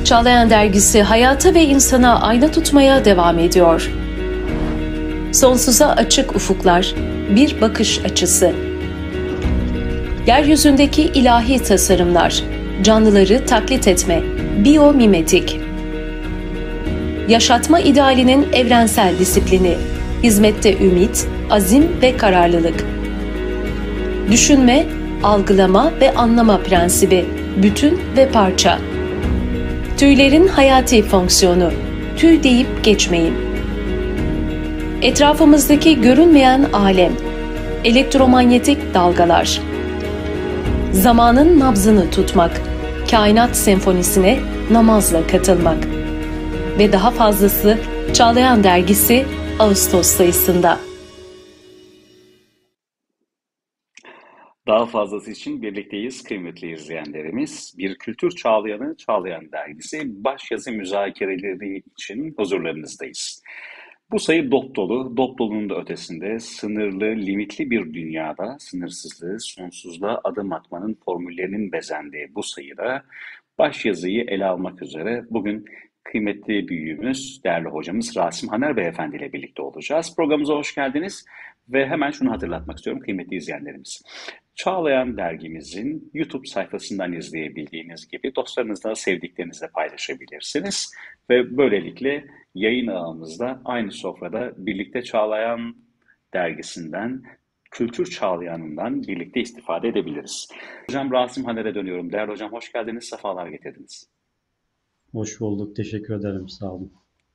Çağlayan Dergisi hayata ve insana ayna tutmaya devam ediyor. Sonsuza açık ufuklar, bir bakış açısı. Yeryüzündeki ilahi tasarımlar, canlıları taklit etme, biyomimetik. Yaşatma idealinin evrensel disiplini, hizmette ümit, azim ve kararlılık. Düşünme, algılama ve anlama prensibi, bütün ve parça. Tüylerin hayati fonksiyonu, tüy deyip geçmeyin. Etrafımızdaki görünmeyen alem, elektromanyetik dalgalar. Zamanın nabzını tutmak, kainat senfonisine namazla katılmak. Ve daha fazlası Çağlayan Dergisi Ağustos sayısında. Daha fazlası için birlikteyiz kıymetli izleyenlerimiz. Bir Kültür Çağlayanı Çağlayan Dergisi başyazı müzakereleri için huzurlarınızdayız. Bu sayı dop dolu, dop dolunun da ötesinde sınırlı, limitli bir dünyada sınırsızlığı, sonsuzluğa adım atmanın formüllerinin bezendiği bu sayıda başyazıyı ele almak üzere bugün kıymetli büyüğümüz, değerli hocamız Rasim Haner Beyefendi ile birlikte olacağız. Programımıza hoş geldiniz ve hemen şunu hatırlatmak istiyorum kıymetli izleyenlerimiz. Çağlayan Dergimizin YouTube sayfasından izleyebildiğiniz gibi dostlarınızla, sevdiklerinizle paylaşabilirsiniz. Ve böylelikle yayın ağımızda aynı sofrada birlikte Çağlayan Dergisi'nden, Kültür Çağlayan'ından birlikte istifade edebiliriz. Hocam Rasim Haner'e dönüyorum. Değerli hocam hoş geldiniz, sefalar getirdiniz. Hoş bulduk, teşekkür ederim, sağ olun.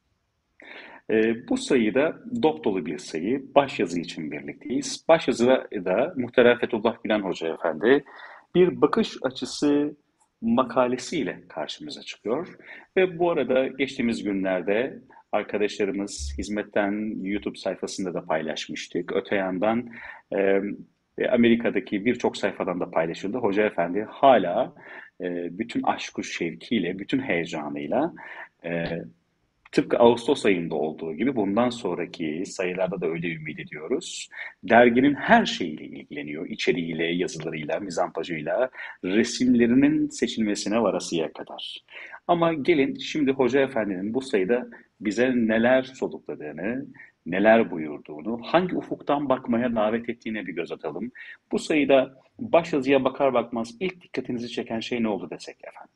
Bu sayıda dop dolu bir sayı. Başyazı için birlikteyiz. Başyazıda da muhterem Fethullah Gülen Hoca Efendi bir bakış açısı makalesiyle karşımıza çıkıyor. Ve bu arada geçtiğimiz günlerde arkadaşlarımız Hizmet'ten YouTube sayfasında da paylaşmıştık. Öte yandan Amerika'daki birçok sayfadan da paylaşıldı. Hoca Efendi hala bütün aşk-ı şevkiyle, bütün heyecanıyla tıpkı Ağustos ayında olduğu gibi bundan sonraki sayılarda da öyle ümit ediyoruz. Derginin her şeyiyle ilgileniyor. İçeriğiyle, yazılarıyla, mizampajıyla, resimlerinin seçilmesine varasıya kadar. Ama gelin şimdi Hoca Efendi'nin bu sayıda bize neler solukladığını, neler buyurduğunu, hangi ufuktan bakmaya davet ettiğine bir göz atalım. Bu sayıda başyazıya bakar bakmaz ilk dikkatinizi çeken şey ne oldu desek efendim?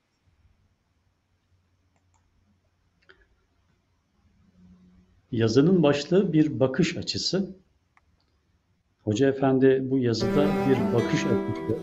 Yazının başlığı bir bakış açısı. Hoca Efendi bu yazıda bir bakış açısı.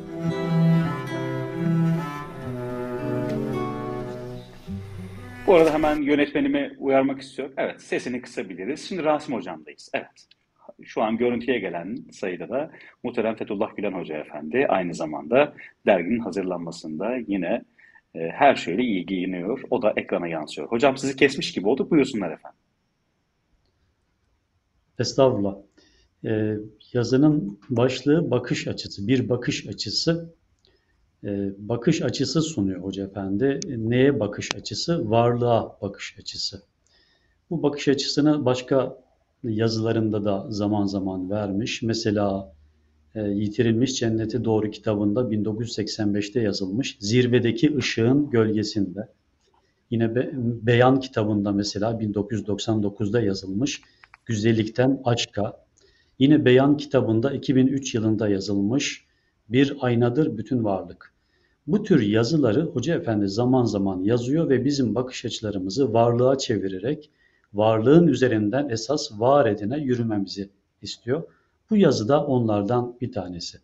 Bu arada hemen yönetmenimi uyarmak istiyorum. Evet, sesini kısabiliriz. Şimdi Rasim Hocam'dayız. Evet, şu an görüntüye gelen sayıda da muhterem Fethullah Gülen Hoca Efendi aynı zamanda derginin hazırlanmasında yine her şeyle ilgileniyor. O da ekrana yansıyor. Hocam sizi kesmiş gibi olduk. Buyursunlar efendim. Estağfurullah. Yazının başlığı bakış açısı, bir bakış açısı. Bakış açısı sunuyor Hoca Efendi. Neye bakış açısı? Varlığa bakış açısı. Bu bakış açısını başka yazılarında da zaman zaman vermiş. Mesela Yitirilmiş Cennete Doğru kitabında 1985'te yazılmış. Zirvedeki ışığın gölgesinde. Yine Beyan kitabında mesela 1999'da yazılmış. Güzellikten aşka. Yine Beyan kitabında 2003 yılında yazılmış. Bir aynadır bütün varlık. Bu tür yazıları Hoca Efendi zaman zaman yazıyor ve bizim bakış açılarımızı varlığa çevirerek varlığın üzerinden esas var edine yürümemizi istiyor. Bu yazı da onlardan bir tanesi.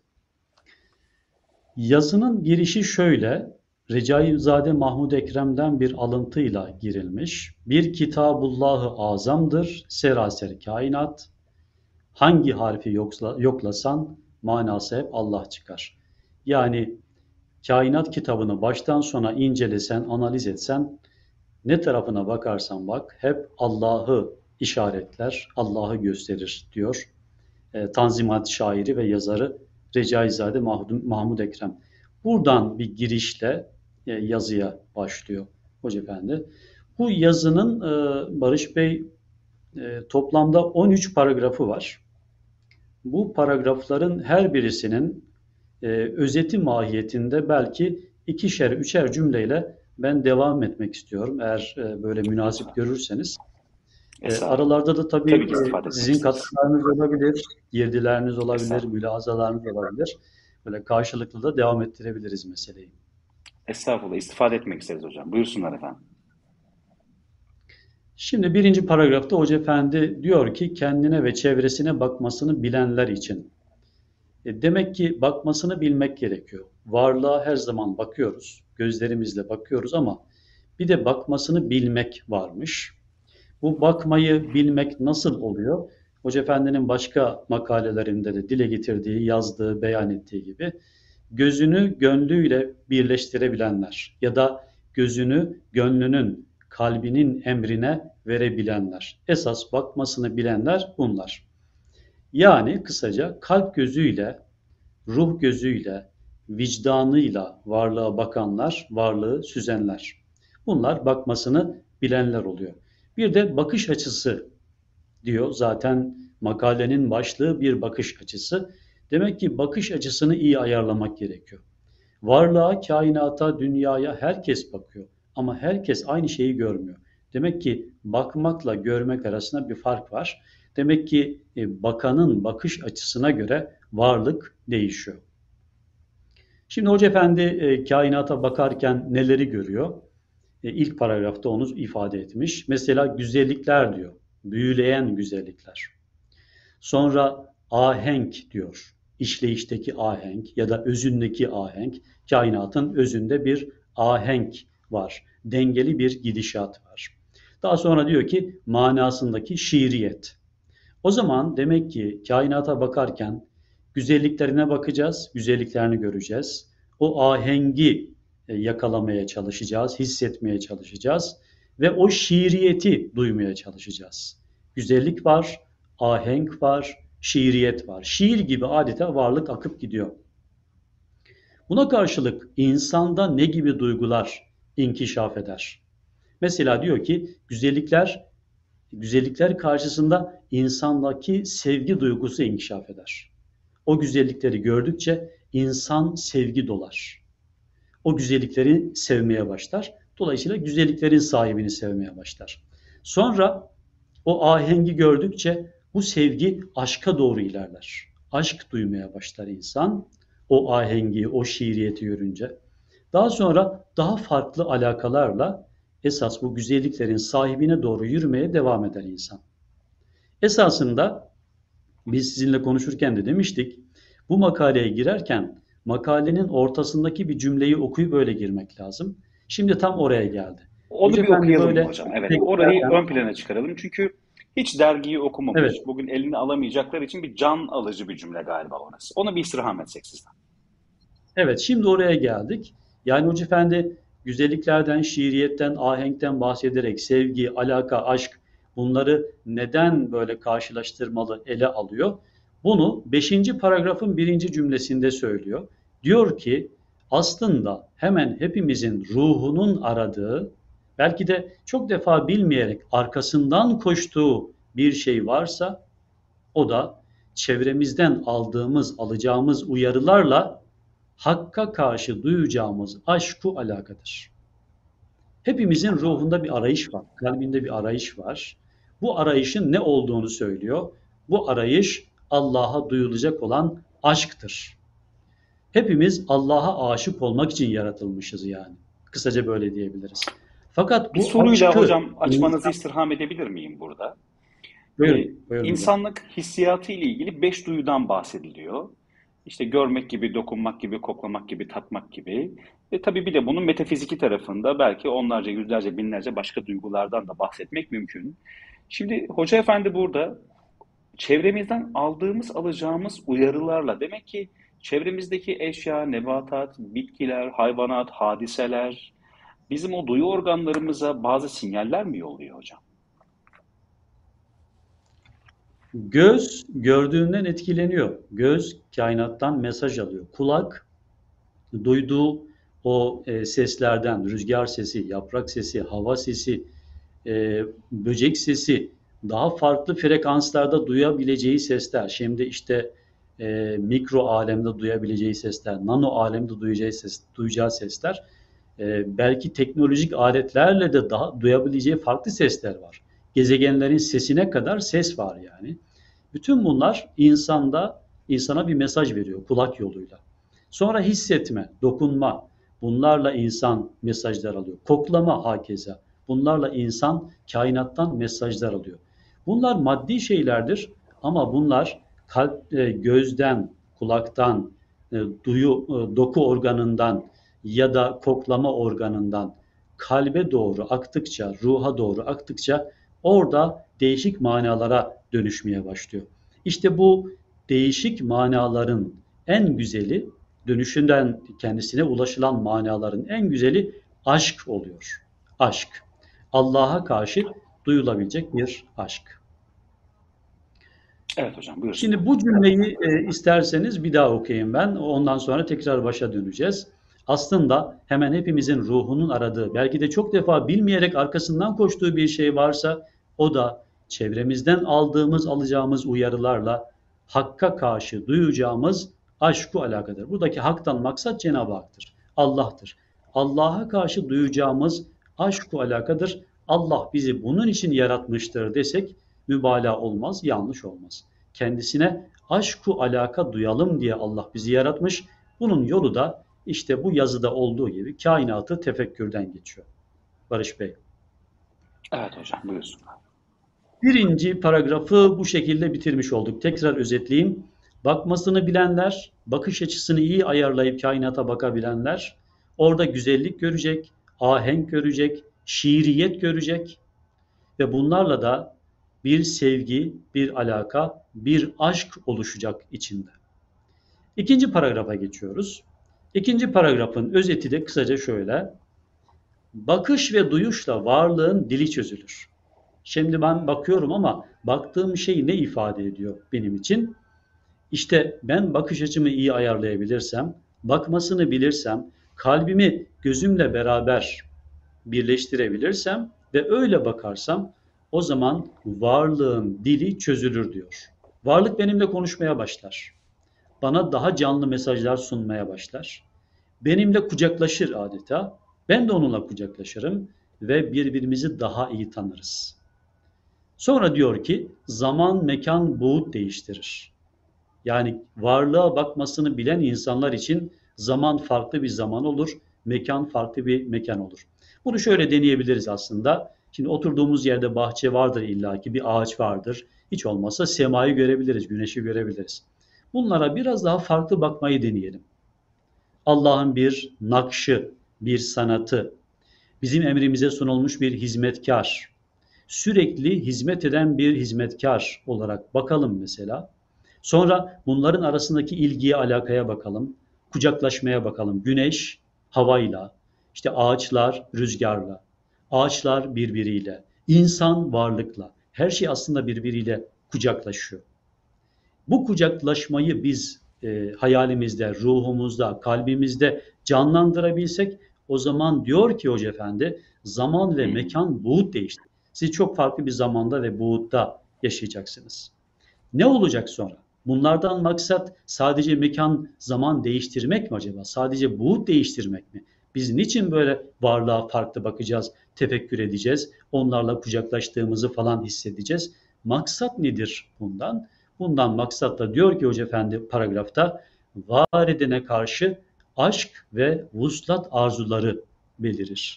Yazının girişi şöyle, Recaizade Mahmud Ekrem'den bir alıntıyla girilmiş. Bir Kitabullah-ı Azam'dır, seraser kainat. Hangi harfi yoklasan manası hep Allah çıkar. Yani kainat kitabını baştan sona incelesen, analiz etsen, ne tarafına bakarsan bak hep Allah'ı işaretler, Allah'ı gösterir diyor. Tanzimat şairi ve yazarı Recaizade Mahmud Ekrem. Buradan bir girişle yazıya başlıyor Hoca Efendi. Bu yazının Barış Bey toplamda 13 paragrafı var. Bu paragrafların her birisinin özeti mahiyetinde belki ikişer, üçer cümleyle ben devam etmek istiyorum eğer böyle münasip görürseniz. Estağfurullah. Aralarda da Tabii tabii ki istifade etmek sizin isteriz. katkılarınız olabilir, girdileriniz olabilir, Estağfurullah. mülahazalarınız olabilir. Böyle karşılıklı da devam ettirebiliriz meseleyi. Estağfurullah. İstifade etmek isteriz hocam. Buyursunlar efendim. Şimdi birinci paragrafta Hoca Efendi diyor ki kendine ve çevresine bakmasını bilenler için. Demek ki bakmasını bilmek gerekiyor. Varlığa her zaman bakıyoruz, gözlerimizle bakıyoruz ama bir de bakmasını bilmek varmış. Bu bakmayı bilmek nasıl oluyor? Hoca Efendi'nin başka makalelerinde de dile getirdiği, yazdığı, beyan ettiği gibi gözünü gönlüyle birleştirebilenler ya da gözünü gönlünün, kalbinin emrine verebilenler. Esas bakmasını bilenler bunlar. Yani kısaca kalp gözüyle, ruh gözüyle, vicdanıyla varlığa bakanlar, varlığı süzenler. Bunlar bakmasını bilenler oluyor. Bir de bakış açısı diyor zaten makalenin başlığı bir bakış açısı. Demek ki bakış açısını iyi ayarlamak gerekiyor. Varlığa, kainata, dünyaya herkes bakıyor ama herkes aynı şeyi görmüyor. Demek ki bakmakla görmek arasında bir fark var. Demek ki bakanın bakış açısına göre varlık değişiyor. Şimdi Hoca Efendi kainata bakarken neleri görüyor? İlk paragrafta onu ifade etmiş. Mesela güzellikler diyor. Büyüleyen güzellikler. Sonra ahenk diyor. İşleyişteki ahenk ya da özündeki ahenk. Kainatın özünde bir ahenk var. Dengeli bir gidişat var. Daha sonra diyor ki manasındaki şiiriyet. O zaman demek ki kainata bakarken güzelliklerine bakacağız, güzelliklerini göreceğiz. O ahengi yakalamaya çalışacağız, hissetmeye çalışacağız ve o şiiriyeti duymaya çalışacağız. Güzellik var, ahenk var, şiiriyet var. Şiir gibi adeta varlık akıp gidiyor. Buna karşılık insanda ne gibi duygular inkişaf eder? Mesela diyor ki güzellikler karşısında insandaki sevgi duygusu inkişaf eder. O güzellikleri gördükçe insan sevgi dolar. O güzellikleri sevmeye başlar. Dolayısıyla güzelliklerin sahibini sevmeye başlar. Sonra o ahengi gördükçe bu sevgi aşka doğru ilerler. Aşk duymaya başlar insan. O ahengi, o şiiriyeti görünce. Daha sonra daha farklı alakalarla esas bu güzelliklerin sahibine doğru yürümeye devam eder insan. Esasında biz sizinle konuşurken de demiştik, bu makaleye girerken makalenin ortasındaki bir cümleyi okuyup öyle girmek lazım. Şimdi tam oraya geldi. Onu bir Efendi okuyalım böyle hocam. Evet, orayı tekrardan, ön plana çıkaralım. Çünkü hiç dergiyi okumamış, evet, bugün elini alamayacaklar için bir can alıcı bir cümle galiba orası. Onu bir istirham etsek sizden. evet, şimdi oraya geldik. Yani Hoca Efendi güzelliklerden, şiiriyetten, ahenkten bahsederek sevgi, alaka, aşk bunları neden böyle karşılaştırmalı ele alıyor? Bunu 5. paragrafın 1. cümlesinde söylüyor. Diyor ki aslında hemen hepimizin ruhunun aradığı, belki de çok defa bilmeyerek arkasından koştuğu bir şey varsa o da çevremizden alacağımız uyarılarla Hakka karşı duyacağımız aşku alakadır. Hepimizin ruhunda bir arayış var, kalbinde bir arayış var. Bu arayışın ne olduğunu söylüyor. Bu arayış Allah'a duyulacak olan aşktır. Hepimiz Allah'a aşık olmak için yaratılmışız yani. Kısaca böyle diyebiliriz. Fakat Bir bu soruyla aşkı hocam açmanızı istirham edebilir miyim burada? buyurun hocam. İnsanlık hissiyatı ile ilgili 5 duyudan bahsediliyor. İşte görmek gibi, dokunmak gibi, koklamak gibi, tatmak gibi. Tabii bir de bunun metafiziki tarafında belki onlarca, yüzlerce, binlerce başka duygulardan da bahsetmek mümkün. Şimdi Hoca Efendi burada çevremizden alacağımız uyarılarla demek ki çevremizdeki eşya, nebatat, bitkiler, hayvanat, hadiseler bizim o duyu organlarımıza bazı sinyaller mi yolluyor hocam? Göz gördüğünden etkileniyor. Göz kainattan mesaj alıyor. Kulak duyduğu o seslerden, rüzgar sesi, yaprak sesi, hava sesi, böcek sesi, daha farklı frekanslarda duyabileceği sesler. Şimdi işte mikro alemde duyabileceği sesler, nano alemde duyacağı sesler Belki teknolojik aletlerle de daha duyabileceği farklı sesler var. Gezegenlerin sesine kadar ses var yani. Bütün bunlar insana bir mesaj veriyor kulak yoluyla. Sonra hissetme, dokunma, bunlarla insan mesajlar alıyor. Koklama hakeza. Bunlarla insan kainattan mesajlar alıyor. Bunlar maddi şeylerdir ama bunlar kalp, gözden, kulaktan, doku organından ya da koklama organından kalbe doğru aktıkça, ruha doğru aktıkça orada değişik manalara dönüşmeye başlıyor. İşte bu değişik manaların en güzeli, dönüşünden kendisine ulaşılan manaların en güzeli aşk oluyor. Aşk. Allah'a karşı duyulabilecek bir aşk. Evet hocam, buyurun. Şimdi bu cümleyi isterseniz bir daha okuyayım ben. Ondan sonra tekrar başa döneceğiz. Aslında hemen hepimizin ruhunun aradığı, belki de çok defa bilmeyerek arkasından koştuğu bir şey varsa o da çevremizden alacağımız uyarılarla Hakk'a karşı duyacağımız aşku alakadır. Buradaki haktan maksat Cenab-ı Hak'tır. Allah'tır. Allah'a karşı duyacağımız aşku alakadır. Allah bizi bunun için yaratmıştır desek mübalağa olmaz, yanlış olmaz. Kendisine aşku alaka duyalım diye Allah bizi yaratmış. Bunun yolu da işte bu yazıda olduğu gibi kainatı tefekkürden geçiyor. Barış Bey. Evet hocam, buyursun. Birinci paragrafı bu şekilde bitirmiş olduk. Tekrar özetleyeyim. Bakmasını bilenler, bakış açısını iyi ayarlayıp kainata bakabilenler orada güzellik görecek, ahenk görecek, şiiriyet görecek ve bunlarla da bir sevgi, bir alaka, bir aşk oluşacak içinde. İkinci paragrafa geçiyoruz. İkinci paragrafın özeti de kısaca şöyle. Bakış ve duyuşla varlığın dili çözülür. Şimdi ben bakıyorum ama baktığım şey ne ifade ediyor benim için? İşte ben bakış açımı iyi ayarlayabilirsem, bakmasını bilirsem, kalbimi gözümle beraber birleştirebilirsem ve öyle bakarsam o zaman varlığın dili çözülür diyor. Varlık benimle konuşmaya başlar. Bana daha canlı mesajlar sunmaya başlar. Benimle kucaklaşır adeta. Ben de onunla kucaklaşırım ve birbirimizi daha iyi tanırız. Sonra diyor ki zaman, mekan, buğut değiştirir. Yani varlığa bakmasını bilen insanlar için zaman farklı bir zaman olur, mekan farklı bir mekan olur. Bunu şöyle deneyebiliriz aslında. Şimdi oturduğumuz yerde bahçe vardır illaki, bir ağaç vardır. Hiç olmazsa semayı görebiliriz, güneşi görebiliriz. Bunlara biraz daha farklı bakmayı deneyelim. Allah'ın bir nakşı, bir sanatı, bizim emrimize sunulmuş bir hizmetkar, sürekli hizmet eden bir hizmetkar olarak bakalım mesela. Sonra bunların arasındaki ilgiye, alakaya bakalım. Kucaklaşmaya bakalım. Güneş havayla, işte ağaçlar rüzgarla, ağaçlar birbiriyle, insan varlıkla. Her şey aslında birbiriyle kucaklaşıyor. Bu kucaklaşmayı biz hayalimizde, ruhumuzda, kalbimizde canlandırabilsek o zaman diyor ki Hoca Efendi zaman ve mekan buğut değişti. Siz çok farklı bir zamanda ve buğutta yaşayacaksınız. Ne olacak sonra? Bunlardan maksat sadece mekan, zaman değiştirmek mi acaba? Sadece buğut değiştirmek mi? Biz niçin böyle varlığa farklı bakacağız, tefekkür edeceğiz, onlarla kucaklaştığımızı falan hissedeceğiz? Maksat nedir bundan? Bundan maksat da diyor ki Hoca Efendi paragrafta var edene karşı aşk ve vuslat arzuları belirir.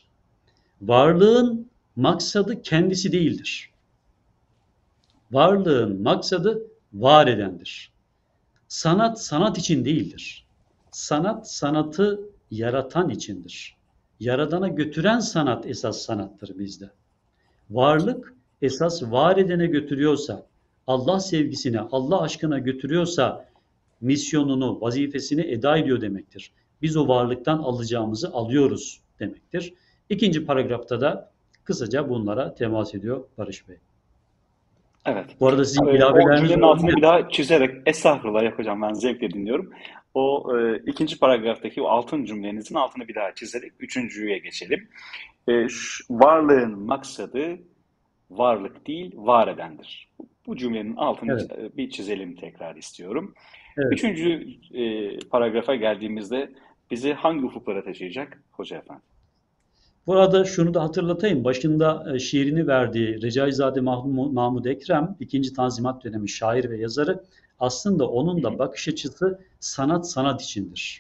Varlığın maksadı kendisi değildir. Varlığın maksadı var edendir. Sanat sanat için değildir. Sanat sanatı yaratan içindir. Yaradana götüren sanat esas sanattır bizde. Varlık esas var edene götürüyorsa, Allah sevgisine, Allah aşkına götürüyorsa misyonunu, vazifesini eda ediyor demektir. Biz o varlıktan alacağımızı alıyoruz demektir. İkinci paragrafta da kısaca bunlara temas ediyor Barış Bey. Evet. Bu arada sizin O ilaveleriniz cümlenin var altını mı? bir daha çizerek estağfurullah yapacağım, ben zevkle dinliyorum. O ikinci paragraftaki o altın cümlenizin altını bir daha çizerek üçüncüye geçelim. Varlığın maksadı varlık değil, var edendir. Bu cümlenin altını Evet, bir çizelim tekrar istiyorum. evet. Üçüncü paragrafa geldiğimizde bizi hangi ufuklara taşıyacak Hoca Efendi? Burada şunu da hatırlatayım. Başında şiirini verdiği Recaizade Mahmud Ekrem, ikinci Tanzimat dönemi şair ve yazarı, aslında onun da bakış açısı sanat içindir.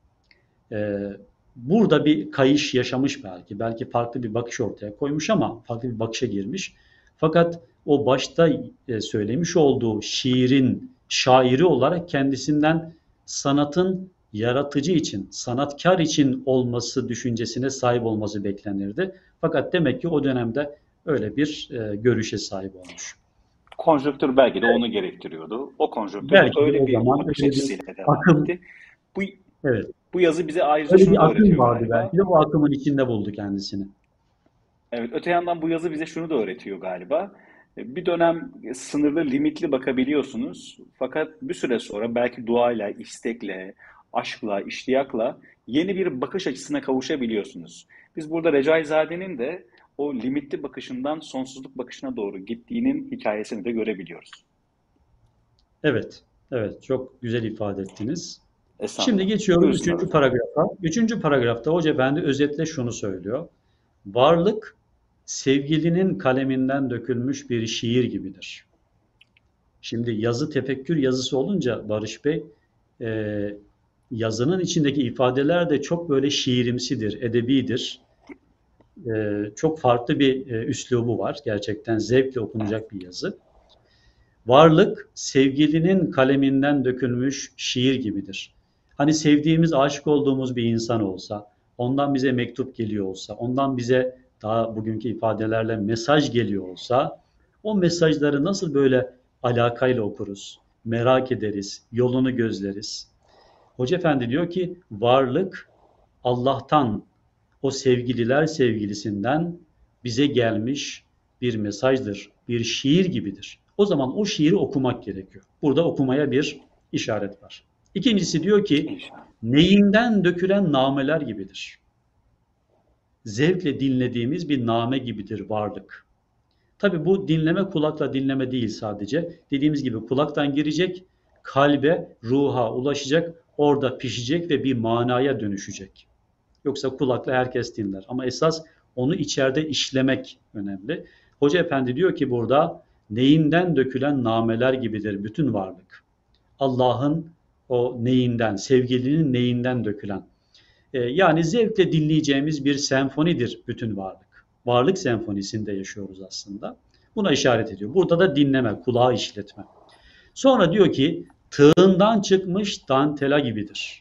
Burada bir kayış yaşamış belki. Belki farklı bir bakış ortaya koymuş ama farklı bir bakışa girmiş. Fakat o başta söylemiş olduğu şiirin şairi olarak kendisinden sanatın yaratıcı için, sanatkar için olması düşüncesine sahip olması beklenirdi. Fakat demek ki o dönemde öyle bir görüşe sahip olmuş. Konjonktür belki de onu gerektiriyordu. O konjonktürde Belki öyle o bir zaman bakış öyle bir açısıyla devam akım, etti. Bu, evet, bu yazı bize ayrıca öyle şunu bir da akım öğretiyor vardı galiba. belki de o akımın içinde buldu kendisini. Evet, öte yandan bu yazı bize şunu da öğretiyor galiba. Bir dönem sınırlı, limitli bakabiliyorsunuz. Fakat bir süre sonra belki duayla, istekle, aşkla, iştiyakla yeni bir bakış açısına kavuşabiliyorsunuz. Biz burada Recaizade'nin de o limitli bakışından sonsuzluk bakışına doğru gittiğinin hikayesini de görebiliyoruz. Evet, evet, çok güzel ifade ettiniz. Şimdi Estağfurullah. geçiyorum Buyursunlar üçüncü hocam. paragrafa. Üçüncü paragrafta Hoca Efendi özetle şunu söylüyor. Varlık sevgilinin kaleminden dökülmüş bir şiir gibidir. Şimdi yazı tefekkür yazısı olunca Barış Bey, yazının içindeki ifadeler de çok böyle şiirimsidir, edebidir. Çok farklı bir üslubu var. Gerçekten zevkle okunacak bir yazı. Varlık sevgilinin kaleminden dökülmüş şiir gibidir. Hani sevdiğimiz, aşık olduğumuz bir insan olsa, ondan bize mektup geliyor olsa, ondan bize daha bugünkü ifadelerle mesaj geliyor olsa, o mesajları nasıl böyle alakayla okuruz, merak ederiz, yolunu gözleriz. Hoca Efendi diyor ki, varlık Allah'tan, o sevgililer sevgilisinden bize gelmiş bir mesajdır, bir şiir gibidir. O zaman o şiiri okumak gerekiyor. Burada okumaya bir işaret var. İkincisi diyor ki, İnşallah. neyinden dökülen nameler gibidir. Zevkle dinlediğimiz bir name gibidir varlık. Tabii bu dinleme kulakla dinleme değil sadece. Dediğimiz gibi kulaktan girecek, kalbe, ruha ulaşacak, orada pişecek ve bir manaya dönüşecek. Yoksa kulakla herkes dinler. Ama esas onu içeride işlemek önemli. Hoca Efendi diyor ki burada neyinden dökülen nameler gibidir bütün varlık. Allah'ın o neyinden, sevgilinin neyinden dökülen. Yani zevkle dinleyeceğimiz bir senfonidir bütün varlık. Varlık senfonisinde yaşıyoruz aslında. Buna işaret ediyor. Burada da dinleme, kulağı işletme. Sonra diyor ki tığından çıkmış dantela gibidir.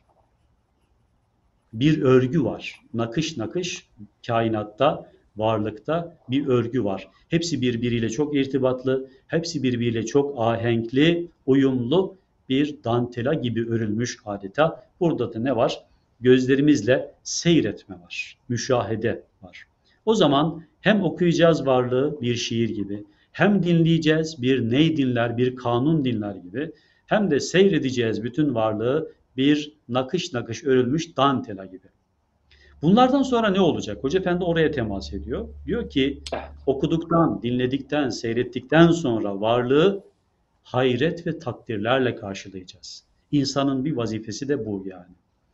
Bir örgü var. Nakış nakış kainatta, varlıkta bir örgü var. Hepsi birbiriyle çok irtibatlı, hepsi birbiriyle çok ahenkli, uyumlu bir dantela gibi örülmüş adeta. Burada da ne var? Gözlerimizle seyretme var, müşahede var. O zaman hem okuyacağız varlığı bir şiir gibi, hem dinleyeceğiz bir ney dinler, bir kanun dinler gibi, hem de seyredeceğiz bütün varlığı bir nakış nakış örülmüş dantela gibi. Bunlardan sonra ne olacak? Hoca Efendi oraya temas ediyor. Diyor ki okuduktan, dinledikten, seyrettikten sonra varlığı hayret ve takdirlerle karşılayacağız. İnsanın bir vazifesi de bu yani.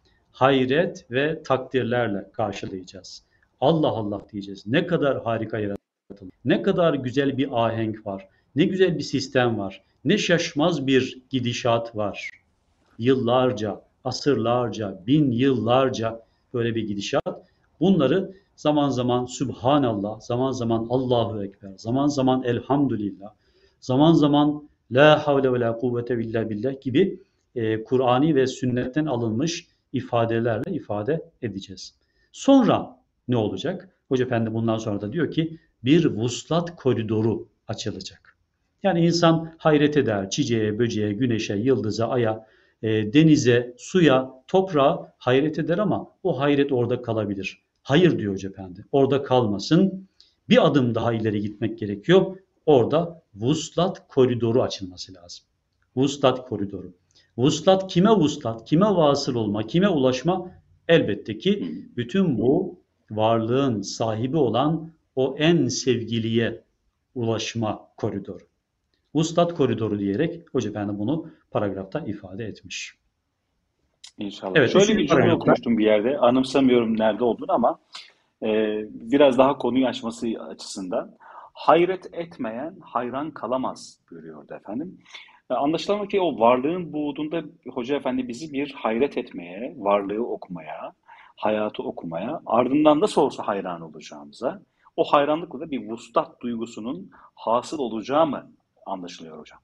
Hayret ve takdirlerle karşılayacağız. Allah Allah diyeceğiz. Ne kadar harika yaratılmış. Ne kadar güzel bir ahenk var. Ne güzel bir sistem var. Ne şaşmaz bir gidişat var. Yıllarca, asırlarca, bin yıllarca böyle bir gidişat. Bunları zaman zaman Sübhanallah, zaman zaman Allahu Ekber, zaman zaman Elhamdülillah, zaman zaman La havle ve la kuvvete illa billah gibi Kur'ani ve sünnetten alınmış ifadelerle ifade edeceğiz. Sonra ne olacak? Hoca Efendi bundan sonra da diyor ki bir vuslat koridoru açılacak. Yani insan hayret eder çiçeğe, böceğe, güneşe, yıldıza, aya, denize, suya, toprağa hayret eder ama o hayret orada kalabilir. Hayır diyor Hoca Efendi. Orada kalmasın. Bir adım daha ileri gitmek gerekiyor. Orada vuslat koridoru açılması lazım. Vuslat koridoru. Vuslat kime vuslat, kime vasıl olma, kime ulaşma? Elbette ki bütün bu varlığın sahibi olan o en sevgiliye ulaşma koridoru. Vuslat koridoru diyerek Hoca Efendi bunu paragrafta ifade etmiş. İnşallah. Evet, Şöyle üçüncü bir cümle paragrafta. okumuştum bir yerde. Anımsamıyorum nerede olduğunu ama Biraz daha konuyu açması açısından hayret etmeyen hayran kalamaz buyuruyordu efendim. Anlaşılan o ki o varlığın buğdunda Hoca Efendi bizi bir hayret etmeye, varlığı okumaya, hayatı okumaya, ardından nasıl olsa hayran olacağımıza, o hayranlıkla da bir vuslat duygusunun hasıl olacağı mı anlaşılıyor hocam?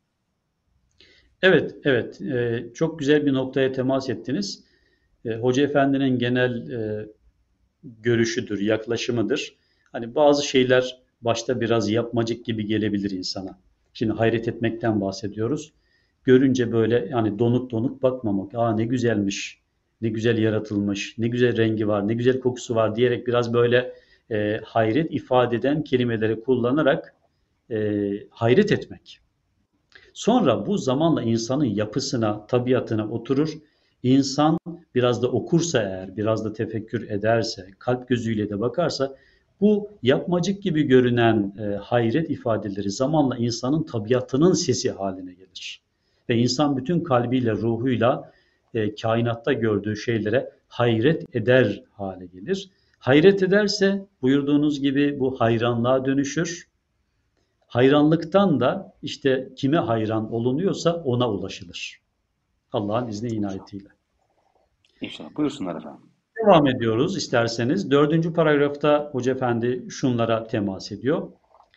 Evet, evet. Çok güzel bir noktaya temas ettiniz. Hoca Efendi'nin genel görüşüdür, yaklaşımıdır. Hani bazı şeyler başta biraz yapmacık gibi gelebilir insana. Şimdi hayret etmekten bahsediyoruz. Görünce böyle yani donuk donuk bakmamak. Aa ne güzelmiş, ne güzel yaratılmış, ne güzel rengi var, ne güzel kokusu var diyerek biraz böyle hayret ifade eden kelimeleri kullanarak hayret etmek. Sonra bu zamanla insanın yapısına, tabiatına oturur. İnsan biraz da okursa eğer, biraz da tefekkür ederse, kalp gözüyle de bakarsa bu yapmacık gibi görünen hayret ifadeleri zamanla insanın tabiatının sesi haline gelir. Ve insan bütün kalbiyle, ruhuyla kainatta gördüğü şeylere hayret eder hale gelir. Hayret ederse buyurduğunuz gibi bu hayranlığa dönüşür. Hayranlıktan da işte kime hayran olunuyorsa ona ulaşılır. Allah'ın izni İnşallah. inayetiyle. İnşallah. Buyursunlar efendim. Devam ediyoruz isterseniz. Dördüncü paragrafta Hoca Efendi şunlara temas ediyor.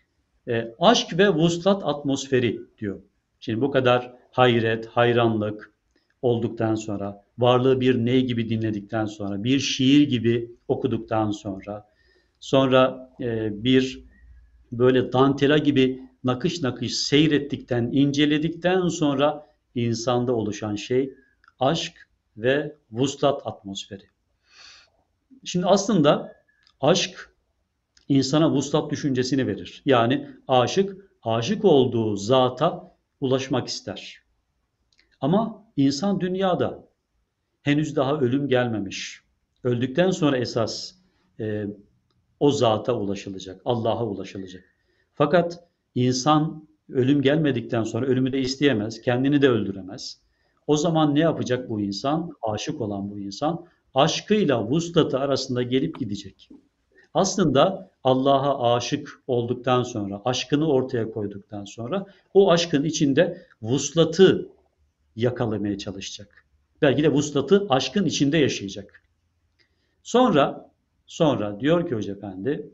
Aşk ve vuslat atmosferi diyor. Şimdi bu kadar hayret, hayranlık olduktan sonra, varlığı bir ney gibi dinledikten sonra, bir şiir gibi okuduktan sonra bir böyle dantela gibi nakış nakış seyrettikten, inceledikten sonra insanda oluşan şey aşk ve vuslat atmosferi. Şimdi aslında aşk insana vuslat düşüncesini verir. Yani aşık olduğu zata ulaşmak ister. Ama insan dünyada henüz daha ölüm gelmemiş. Öldükten sonra esas e, o zata ulaşılacak, Allah'a ulaşılacak. Fakat insan ölüm gelmedikten sonra ölümü de isteyemez, kendini de öldüremez. O zaman ne yapacak bu insan? Aşık olan bu insan aşkıyla vuslatı arasında gelip gidecek. Aslında Allah'a aşık olduktan sonra, aşkını ortaya koyduktan sonra o aşkın içinde vuslatı yakalamaya çalışacak. Belki de vuslatı aşkın içinde yaşayacak. Sonra diyor ki Hoca Efendi,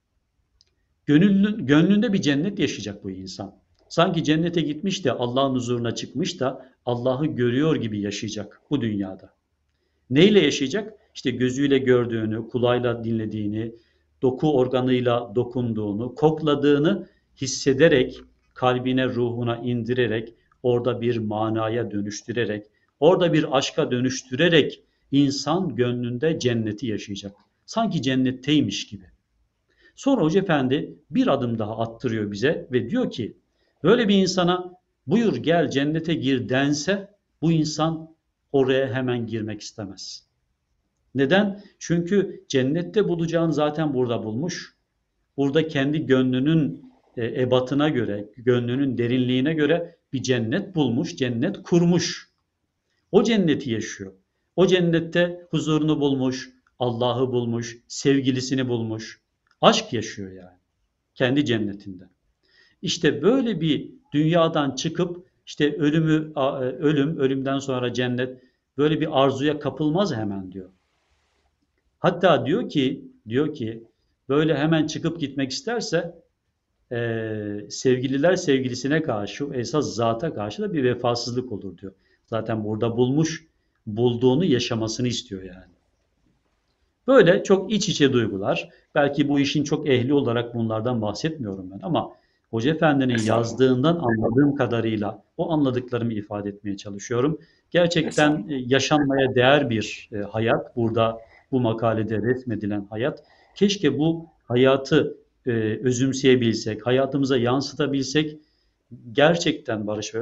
gönlünde bir cennet yaşayacak bu insan. Sanki cennete gitmiş de Allah'ın huzuruna çıkmış da Allah'ı görüyor gibi yaşayacak bu dünyada. Neyle yaşayacak? İşte gözüyle gördüğünü, kulağıyla dinlediğini, doku organıyla dokunduğunu, kokladığını hissederek, kalbine, ruhuna indirerek, orada bir manaya dönüştürerek, orada bir aşka dönüştürerek insan gönlünde cenneti yaşayacak. Sanki cennetteymiş gibi. Sonra Hoca Efendi bir adım daha attırıyor bize ve diyor ki böyle bir insana buyur gel cennete gir dense bu insan oraya hemen girmek istemez. Neden? Çünkü cennette bulacağını zaten burada bulmuş. Burada kendi gönlünün ebatına göre, gönlünün derinliğine göre bir cennet bulmuş, cennet kurmuş. O cenneti yaşıyor. O cennette huzurunu bulmuş, Allah'ı bulmuş, sevgilisini bulmuş. Aşk yaşıyor yani kendi cennetinde. İşte böyle bir dünyadan çıkıp işte ölümden sonra cennet böyle bir arzuya kapılmaz hemen diyor. Hatta diyor ki böyle hemen çıkıp gitmek isterse sevgililer sevgilisine karşı esas zata karşı da bir vefasızlık olur diyor. Zaten burada bulduğunu yaşamasını istiyor yani. Böyle çok iç içe duygular. Belki bu işin çok ehli olarak bunlardan bahsetmiyorum ben ama Hoca Efendi'nin Estağfurullah. yazdığından anladığım kadarıyla o anladıklarımı ifade etmeye çalışıyorum. Gerçekten Estağfurullah. yaşanmaya değer bir hayat. Burada bu makalede resmedilen hayat. Keşke bu hayatı özümseyebilsek, hayatımıza yansıtabilsek. Gerçekten Barış Bey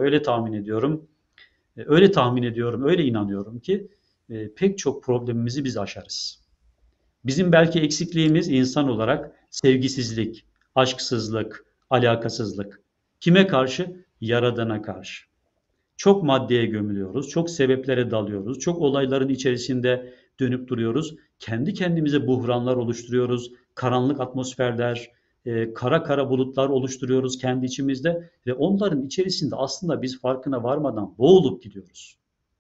öyle tahmin ediyorum, öyle inanıyorum ki pek çok problemimizi biz aşarız. Bizim belki eksikliğimiz insan olarak sevgisizlik, aşksızlık, alakasızlık. Kime karşı? Yaradana karşı. Çok maddeye gömülüyoruz, çok sebeplere dalıyoruz, çok olayların içerisinde dönüp duruyoruz. Kendi kendimize buhranlar oluşturuyoruz. Karanlık atmosferler, kara kara bulutlar oluşturuyoruz kendi içimizde ve onların içerisinde aslında biz farkına varmadan boğulup gidiyoruz.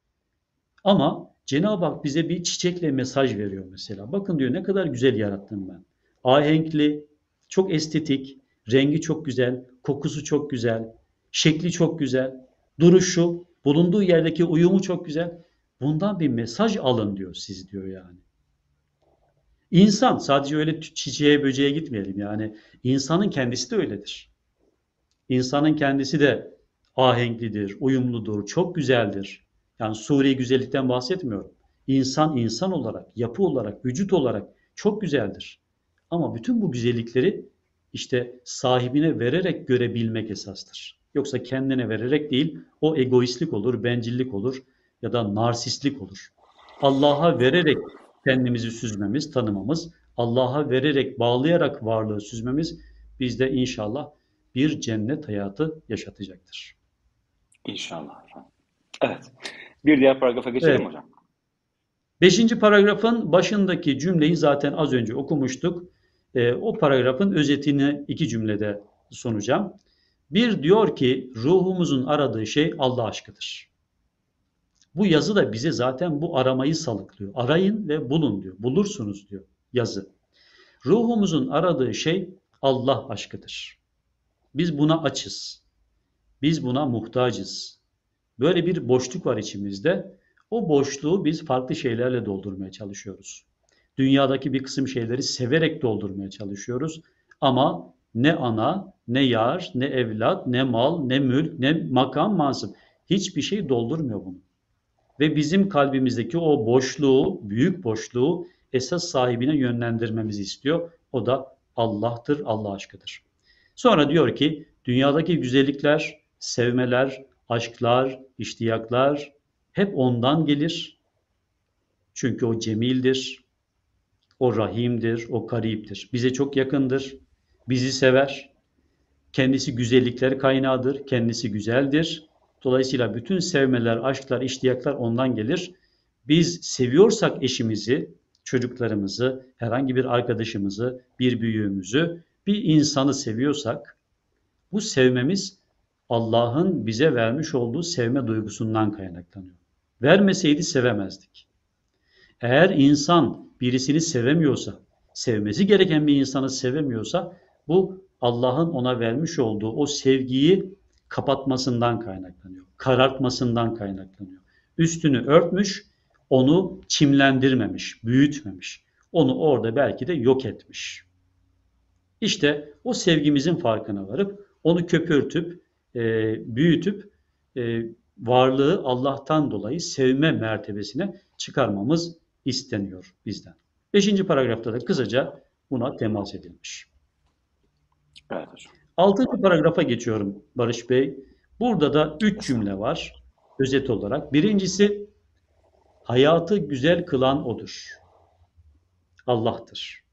Ama Cenab-ı Hak bize bir çiçekle mesaj veriyor mesela. Bakın diyor, ne kadar güzel yarattım ben. Ahenkli, çok estetik, rengi çok güzel, kokusu çok güzel, şekli çok güzel, duruşu, bulunduğu yerdeki uyumu çok güzel. Bundan bir mesaj alın diyor siz, diyor yani. İnsan sadece öyle çiçeğe böceğe gitmeyelim yani. İnsanın kendisi de öyledir. İnsanın kendisi de ahenklidir, uyumludur, çok güzeldir. Yani suri güzellikten bahsetmiyorum. İnsan insan olarak, yapı olarak, vücut olarak çok güzeldir. Ama bütün bu güzellikleri işte sahibine vererek görebilmek esastır. Yoksa kendine vererek değil, o egoistlik olur, bencillik olur ya da narsistlik olur. Allah'a vererek kendimizi süzmemiz, tanımamız, Allah'a vererek, bağlayarak varlığı süzmemiz bizde inşallah bir cennet hayatı yaşatacaktır. İnşallah hocam. Evet. Bir diğer paragrafa geçelim Evet. hocam. 5. paragrafın başındaki cümleyi zaten az önce okumuştuk. O paragrafın özetini 2 cümlede sunacağım. Bir, diyor ki ruhumuzun aradığı şey Allah aşkıdır. Bu yazı da bize zaten bu aramayı salıklıyor. Arayın ve bulun diyor. Bulursunuz diyor yazı. Ruhumuzun aradığı şey Allah aşkıdır. Biz buna açız. Biz buna muhtacız. Böyle bir boşluk var içimizde. O boşluğu biz farklı şeylerle doldurmaya çalışıyoruz. Dünyadaki bir kısım şeyleri severek doldurmaya çalışıyoruz. Ama ne ana, ne yar, ne evlat, ne mal, ne mülk, ne makam, mansıp. Hiçbir şey doldurmuyor bunu. Ve bizim kalbimizdeki o boşluğu, büyük boşluğu esas sahibine yönlendirmemizi istiyor. O da Allah'tır, Allah aşkıdır. Sonra diyor ki dünyadaki güzellikler, sevmeler, aşklar, iştiyaklar hep ondan gelir. Çünkü o cemildir, o rahimdir, o kariptir. Bize çok yakındır, bizi sever. Kendisi güzellikler kaynağıdır, kendisi güzeldir. Dolayısıyla bütün sevmeler, aşklar, iştiyaklar ondan gelir. Biz seviyorsak eşimizi, çocuklarımızı, herhangi bir arkadaşımızı, bir büyüğümüzü, bir insanı seviyorsak bu sevmemiz Allah'ın bize vermiş olduğu sevme duygusundan kaynaklanıyor. Vermeseydi sevemezdik. Eğer insan birisini sevemiyorsa, sevmesi gereken bir insanı sevemiyorsa bu Allah'ın ona vermiş olduğu o sevgiyi kapatmasından kaynaklanıyor. Karartmasından kaynaklanıyor. Üstünü örtmüş, onu çimlendirmemiş, büyütmemiş. Onu orada belki de yok etmiş. İşte o sevgimizin farkına varıp onu köpürtüp, büyütüp varlığı Allah'tan dolayı sevme mertebesine çıkarmamız isteniyor bizden. 5. paragrafta da kısaca buna temas edilmiş. Evet hocam. 6. paragrafa geçiyorum Barış Bey. Burada da 3 cümle var özet olarak. Birincisi, hayatı güzel kılan odur. Allah'tır.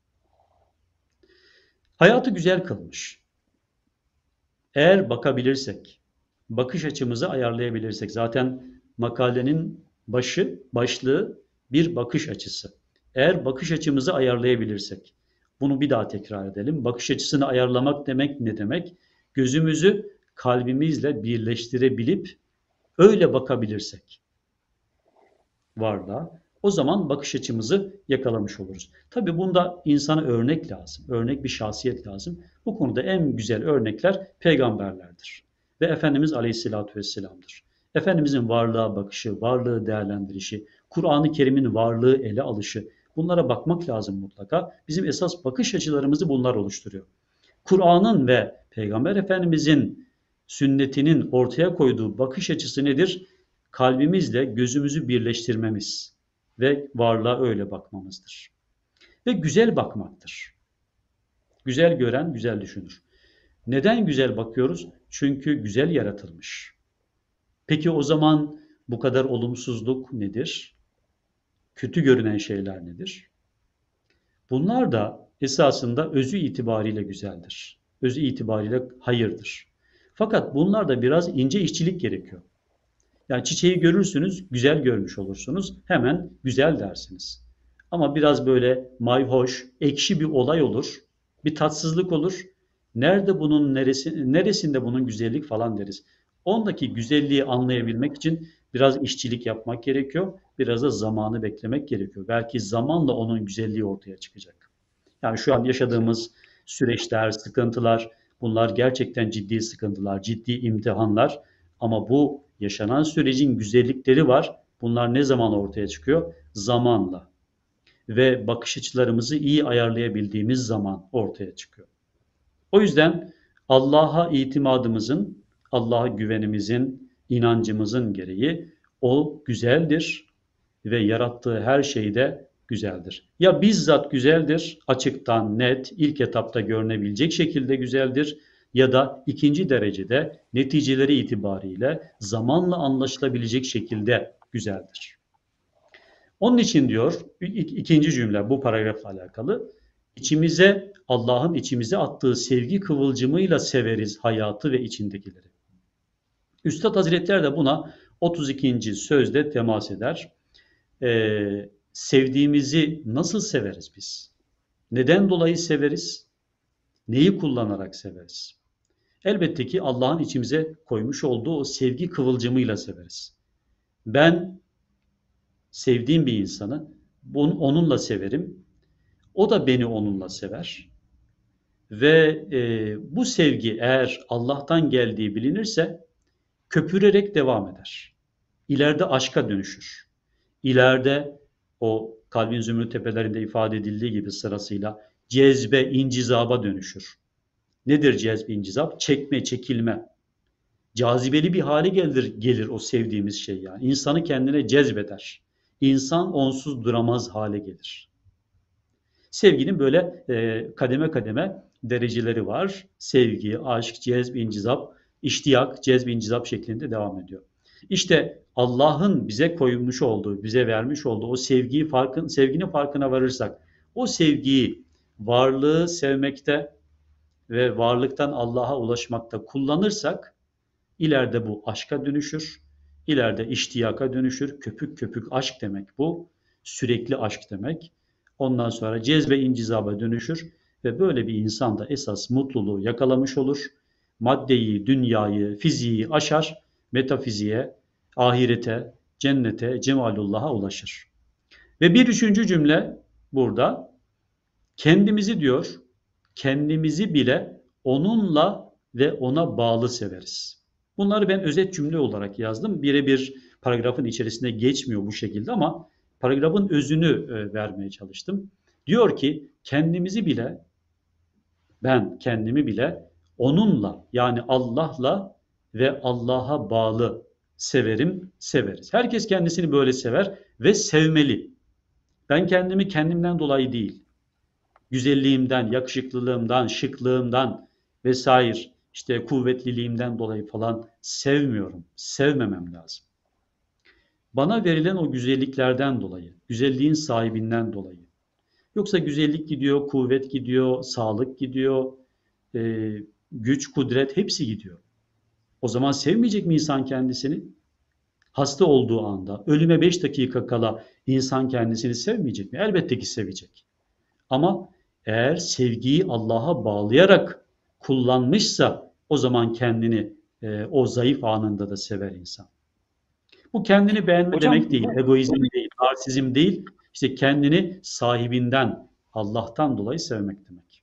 Hayatı güzel kılmış. Eğer bakabilirsek, bakış açımızı ayarlayabilirsek, zaten makalenin başlığı bir bakış açısı. Eğer bakış açımızı ayarlayabilirsek, bunu bir daha tekrar edelim. Bakış açısını ayarlamak demek ne demek? Gözümüzü kalbimizle birleştirebilip öyle bakabilirsek varlığa, o zaman bakış açımızı yakalamış oluruz. Tabii bunda insana örnek lazım. Örnek bir şahsiyet lazım. Bu konuda en güzel örnekler peygamberlerdir. Ve Efendimiz Aleyhisselatü Vesselam'dır. Efendimizin varlığa bakışı, varlığı değerlendirişi, Kur'an-ı Kerim'in varlığı ele alışı, bunlara bakmak lazım mutlaka. Bizim esas bakış açılarımızı bunlar oluşturuyor. Kur'an'ın ve Peygamber Efendimizin sünnetinin ortaya koyduğu bakış açısı nedir? Kalbimizle gözümüzü birleştirmemiz ve varlığa öyle bakmamızdır. Ve güzel bakmaktır. Güzel gören güzel düşünür. Neden güzel bakıyoruz? Çünkü güzel yaratılmış. Peki o zaman bu kadar olumsuzluk nedir? Kötü görünen şeyler nedir? Bunlar da esasında özü itibariyle güzeldir. Özü itibariyle hayırdır. Fakat bunlarda biraz ince işçilik gerekiyor. Yani çiçeği görürsünüz, güzel görmüş olursunuz. Hemen güzel dersiniz. Ama biraz böyle mayhoş, ekşi bir olay olur. Bir tatsızlık olur. Nerede bunun neresinde bunun güzellik falan deriz. Ondaki güzelliği anlayabilmek için biraz işçilik yapmak gerekiyor. Biraz da zamanı beklemek gerekiyor. Belki zamanla onun güzelliği ortaya çıkacak. Yani şu an yaşadığımız süreçler, sıkıntılar, bunlar gerçekten ciddi sıkıntılar, ciddi imtihanlar. Ama bu yaşanan sürecin güzellikleri var. Bunlar ne zaman ortaya çıkıyor? Zamanla ve bakış açılarımızı iyi ayarlayabildiğimiz zaman ortaya çıkıyor. O yüzden Allah'a itimadımızın, Allah'a güvenimizin, inancımızın gereği o güzeldir ve yarattığı her şey de güzeldir. Ya bizzat güzeldir, açıktan, net, ilk etapta görünebilecek şekilde güzeldir ya da ikinci derecede neticeleri itibariyle zamanla anlaşılabilecek şekilde güzeldir. Onun için diyor ikinci cümle bu paragrafla alakalı. Allah'ın içimize attığı sevgi kıvılcımıyla severiz hayatı ve içindekileri. Üstad Hazretleri de buna 32. sözde temas eder. Sevdiğimizi nasıl severiz biz? Neden dolayı severiz? Neyi kullanarak severiz? Elbette ki Allah'ın içimize koymuş olduğu o sevgi kıvılcımıyla severiz. Ben sevdiğim bir insanı onunla severim. O da beni onunla sever. Ve bu sevgi eğer Allah'tan geldiği bilinirse köpürerek devam eder. İleride aşka dönüşür. İleride o Kalbin Zümrüt Tepelerinde ifade edildiği gibi sırasıyla cezbe, incizaba dönüşür. Nedir cezbe, incizap? Çekme, çekilme. Cazibeli bir hale gelir o sevdiğimiz şey yani. İnsanı kendine cezbeder. İnsan onsuz duramaz hale gelir. Sevginin böyle kademe kademe dereceleri var. Sevgi, aşk, cezb, incizap, iştiyak, cezb, incizap şeklinde devam ediyor. İşte Allah'ın bize koymuş olduğu, bize vermiş olduğu o sevginin farkına varırsak, o sevgiyi varlığı sevmekte ve varlıktan Allah'a ulaşmakta kullanırsak, ileride bu aşka dönüşür, ileride iştiyaka dönüşür. Köpük köpük aşk demek bu, sürekli aşk demek. Ondan sonra cezbe incizaba dönüşür ve böyle bir insan da esas mutluluğu yakalamış olur. Maddeyi, dünyayı, fiziği aşar, metafiziğe, ahirete, cennete, cemalullah'a ulaşır. Ve bir üçüncü cümle burada kendimizi diyor, kendimizi bile onunla ve ona bağlı severiz. Bunları ben özet cümle olarak yazdım. Birebir paragrafın içerisinde geçmiyor bu şekilde ama paragrafın özünü vermeye çalıştım. Diyor ki ben kendimi bile onunla yani Allah'la ve Allah'a bağlı severiz. Herkes kendisini böyle sever ve sevmeli. Ben kendimi kendimden dolayı değil, güzelliğimden, yakışıklılığımdan, şıklığımdan vesaire işte kuvvetliliğimden dolayı falan sevmiyorum. Sevmemem lazım. Bana verilen o güzelliklerden dolayı, güzelliğin sahibinden dolayı. Yoksa güzellik gidiyor, kuvvet gidiyor, sağlık gidiyor, güç, kudret hepsi gidiyor. O zaman sevmeyecek mi insan kendisini? Hasta olduğu anda, ölüme 5 dakika kala insan kendisini sevmeyecek mi? Elbette ki sevecek. Ama eğer sevgiyi Allah'a bağlayarak kullanmışsa o zaman kendini o zayıf anında da sever insan. Bu kendini beğenme Hocam, demek değil, egoizm değil, narsizm değil. İşte kendini sahibinden, Allah'tan dolayı sevmek demek.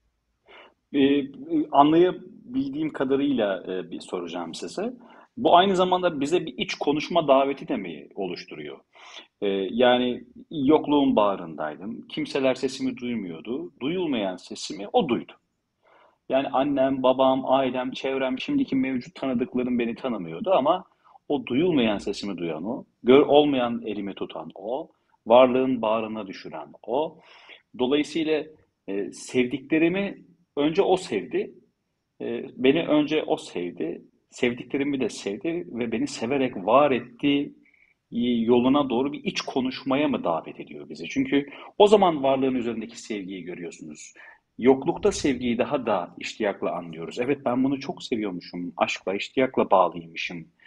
Anlayabildiğim kadarıyla bir soracağım size. Bu aynı zamanda bize bir iç konuşma daveti de mi oluşturuyor? Yani yokluğun bağrındaydım. Kimseler sesimi duymuyordu. Duyulmayan sesimi o duydu. Yani annem, babam, ailem, çevrem, şimdiki mevcut tanıdıklarım beni tanımıyordu ama o duyulmayan sesimi duyan o, olmayan elimi tutan o, varlığın bağrına düşüren o. Dolayısıyla sevdiklerimi önce o sevdi, beni önce o sevdi, sevdiklerimi de sevdi ve beni severek var etti yoluna doğru bir iç konuşmaya mı davet ediyor bizi? Çünkü o zaman varlığın üzerindeki sevgiyi görüyorsunuz. Yoklukta sevgiyi daha da iştiyakla anlıyoruz. Evet ben bunu çok seviyormuşum, aşkla, iştiyakla bağlıymışım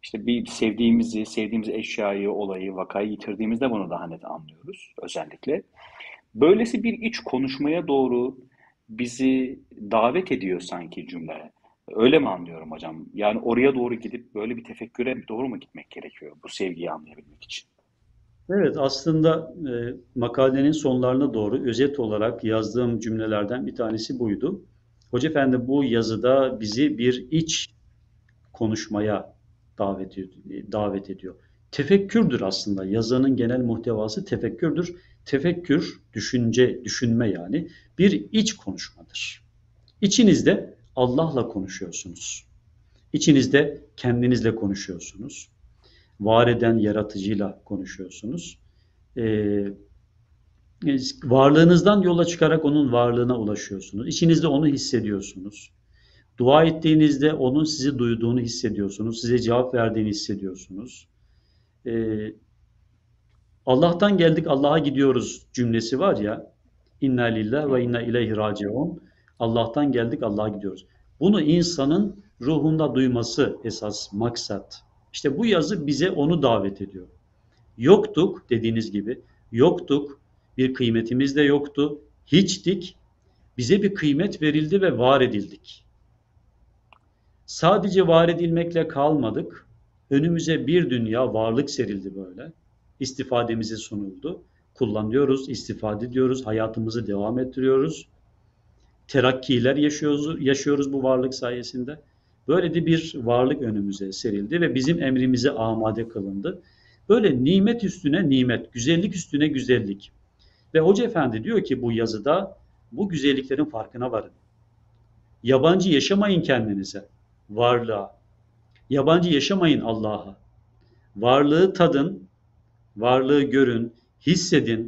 İşte bir sevdiğimiz eşyayı, olayı, vakayı yitirdiğimizde bunu daha net anlıyoruz özellikle. Böylesi bir iç konuşmaya doğru bizi davet ediyor sanki cümle. Öyle mi anlıyorum hocam? Yani oraya doğru gidip böyle bir tefekküre doğru mu gitmek gerekiyor bu sevgiyi anlayabilmek için? Evet, aslında makalenin sonlarına doğru özet olarak yazdığım cümlelerden bir tanesi buydu. Hoca Efendi bu yazıda bizi bir iç konuşmaya davet ediyor. Tefekkürdür aslında. Yazının genel muhtevası tefekkürdür. Tefekkür, düşünce, düşünme yani bir iç konuşmadır. İçinizde Allah'la konuşuyorsunuz. İçinizde kendinizle konuşuyorsunuz. Var eden yaratıcıyla konuşuyorsunuz. Ee, Varlığınızdan yola çıkarak onun varlığına ulaşıyorsunuz. İçinizde onu hissediyorsunuz. Dua ettiğinizde onun sizi duyduğunu hissediyorsunuz. Size cevap verdiğini hissediyorsunuz. Ee, Allah'tan geldik Allah'a gidiyoruz cümlesi var ya. İnna lillahi ve inna ileyhi raciun. Allah'tan geldik Allah'a gidiyoruz. Bunu insanın ruhunda duyması esas maksat. İşte bu yazı bize onu davet ediyor. Yoktuk dediğiniz gibi. Yoktuk. Bir kıymetimiz de yoktu. Hiçtik. Bize bir kıymet verildi ve var edildik. Sadece var edilmekle kalmadık. Önümüze bir dünya varlık serildi böyle. İstifademize sunuldu. Kullanıyoruz, istifade ediyoruz, hayatımızı devam ettiriyoruz. Terakkiler yaşıyoruz bu varlık sayesinde. Böyle de bir varlık önümüze serildi ve bizim emrimize amade kılındı. Böyle nimet üstüne nimet, güzellik üstüne güzellik. Ve Hoca Efendi diyor ki bu yazıda bu güzelliklerin farkına varın. Yabancı yaşamayın kendinize, varlığa. Yabancı yaşamayın Allah'a. Varlığı tadın, varlığı görün, hissedin.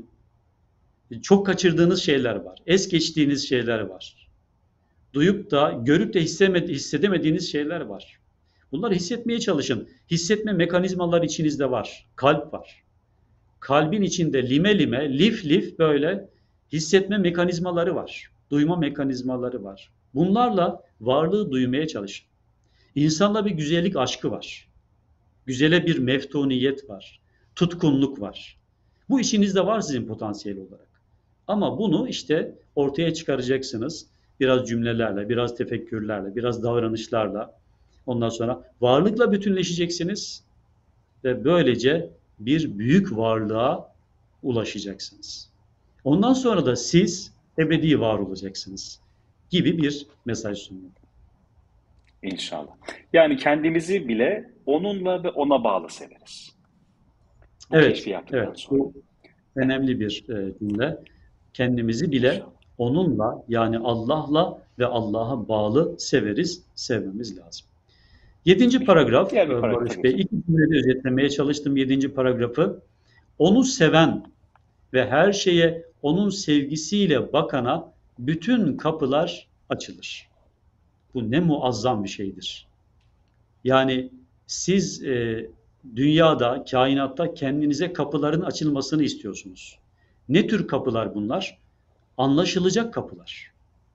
Çok kaçırdığınız şeyler var. Es geçtiğiniz şeyler var. Duyup da, görüp de hissedemediğiniz şeyler var. Bunları hissetmeye çalışın. Hissetme mekanizmaları içinizde var. Kalp var. Kalbin içinde lime lime, lif lif böyle hissetme mekanizmaları var. Duyma mekanizmaları var. Bunlarla varlığı duymaya çalışın. İnsanda bir güzellik aşkı var. Güzele bir meftuniyet var. Tutkunluk var. Bu içinizde var sizin potansiyel olarak. Ama bunu işte ortaya çıkaracaksınız. Biraz cümlelerle, biraz tefekkürlerle, biraz davranışlarla. Ondan sonra varlıkla bütünleşeceksiniz ve böylece bir büyük varlığa ulaşacaksınız. Ondan sonra da siz ebedi var olacaksınız gibi bir mesaj sunuyor. İnşallah. Yani kendimizi bile onunla ve ona bağlı severiz. Bu Evet, keşfi yaptıktan evet. sonra. Bu önemli bir cümle. Kendimizi bile İnşallah. onunla yani Allah'la ve Allah'a bağlı sevmemiz lazım. 7. paragraf Diğer bir paragrafa Barış Bey. geçelim. 2 cümlede özetlemeye çalıştım 7. paragrafı. Onu seven ve her şeye onun sevgisiyle bakana bütün kapılar açılır. Bu ne muazzam bir şeydir. Yani siz dünyada, kainatta kendinize kapıların açılmasını istiyorsunuz. Ne tür kapılar bunlar? Anlaşılacak kapılar.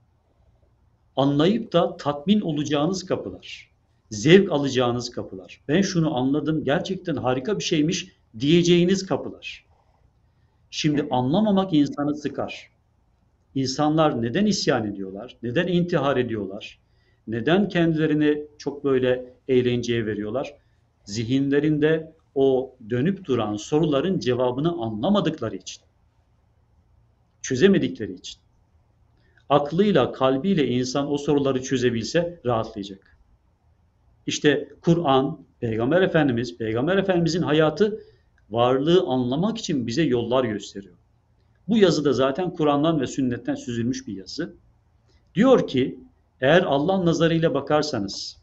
Anlayıp da tatmin olacağınız kapılar. Zevk alacağınız kapılar. Ben şunu anladım, gerçekten harika bir şeymiş diyeceğiniz kapılar. Şimdi anlamamak insanı sıkar. İnsanlar neden isyan ediyorlar? Neden intihar ediyorlar? Neden kendilerini çok böyle eğlenceye veriyorlar? Zihinlerinde o dönüp duran soruların cevabını anlamadıkları için. Çözemedikleri için. Aklıyla, kalbiyle insan o soruları çözebilse rahatlayacak. İşte Kur'an, Peygamber Efendimizin hayatı varlığı anlamak için bize yollar gösteriyor. Bu yazı da zaten Kur'an'dan ve sünnetten süzülmüş bir yazı. Diyor ki, eğer Allah nazarıyla bakarsanız,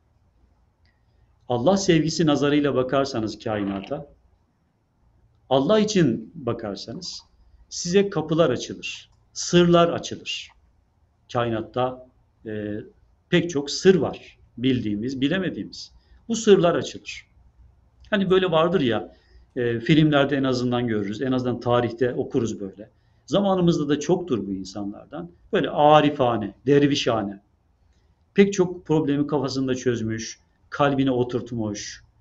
Allah sevgisi nazarıyla bakarsanız kainata, Allah için bakarsanız size kapılar açılır, sırlar açılır. Kainatta pek çok sır var. Bildiğimiz, bilemediğimiz. Bu sırlar açılır. Hani böyle vardır ya, filmlerde en azından görürüz. En azından tarihte okuruz böyle. Zamanımızda da çoktur bu insanlardan. Böyle arifane, dervişane. Pek çok problemi kafasında çözmüş, kalbine oturtmuş.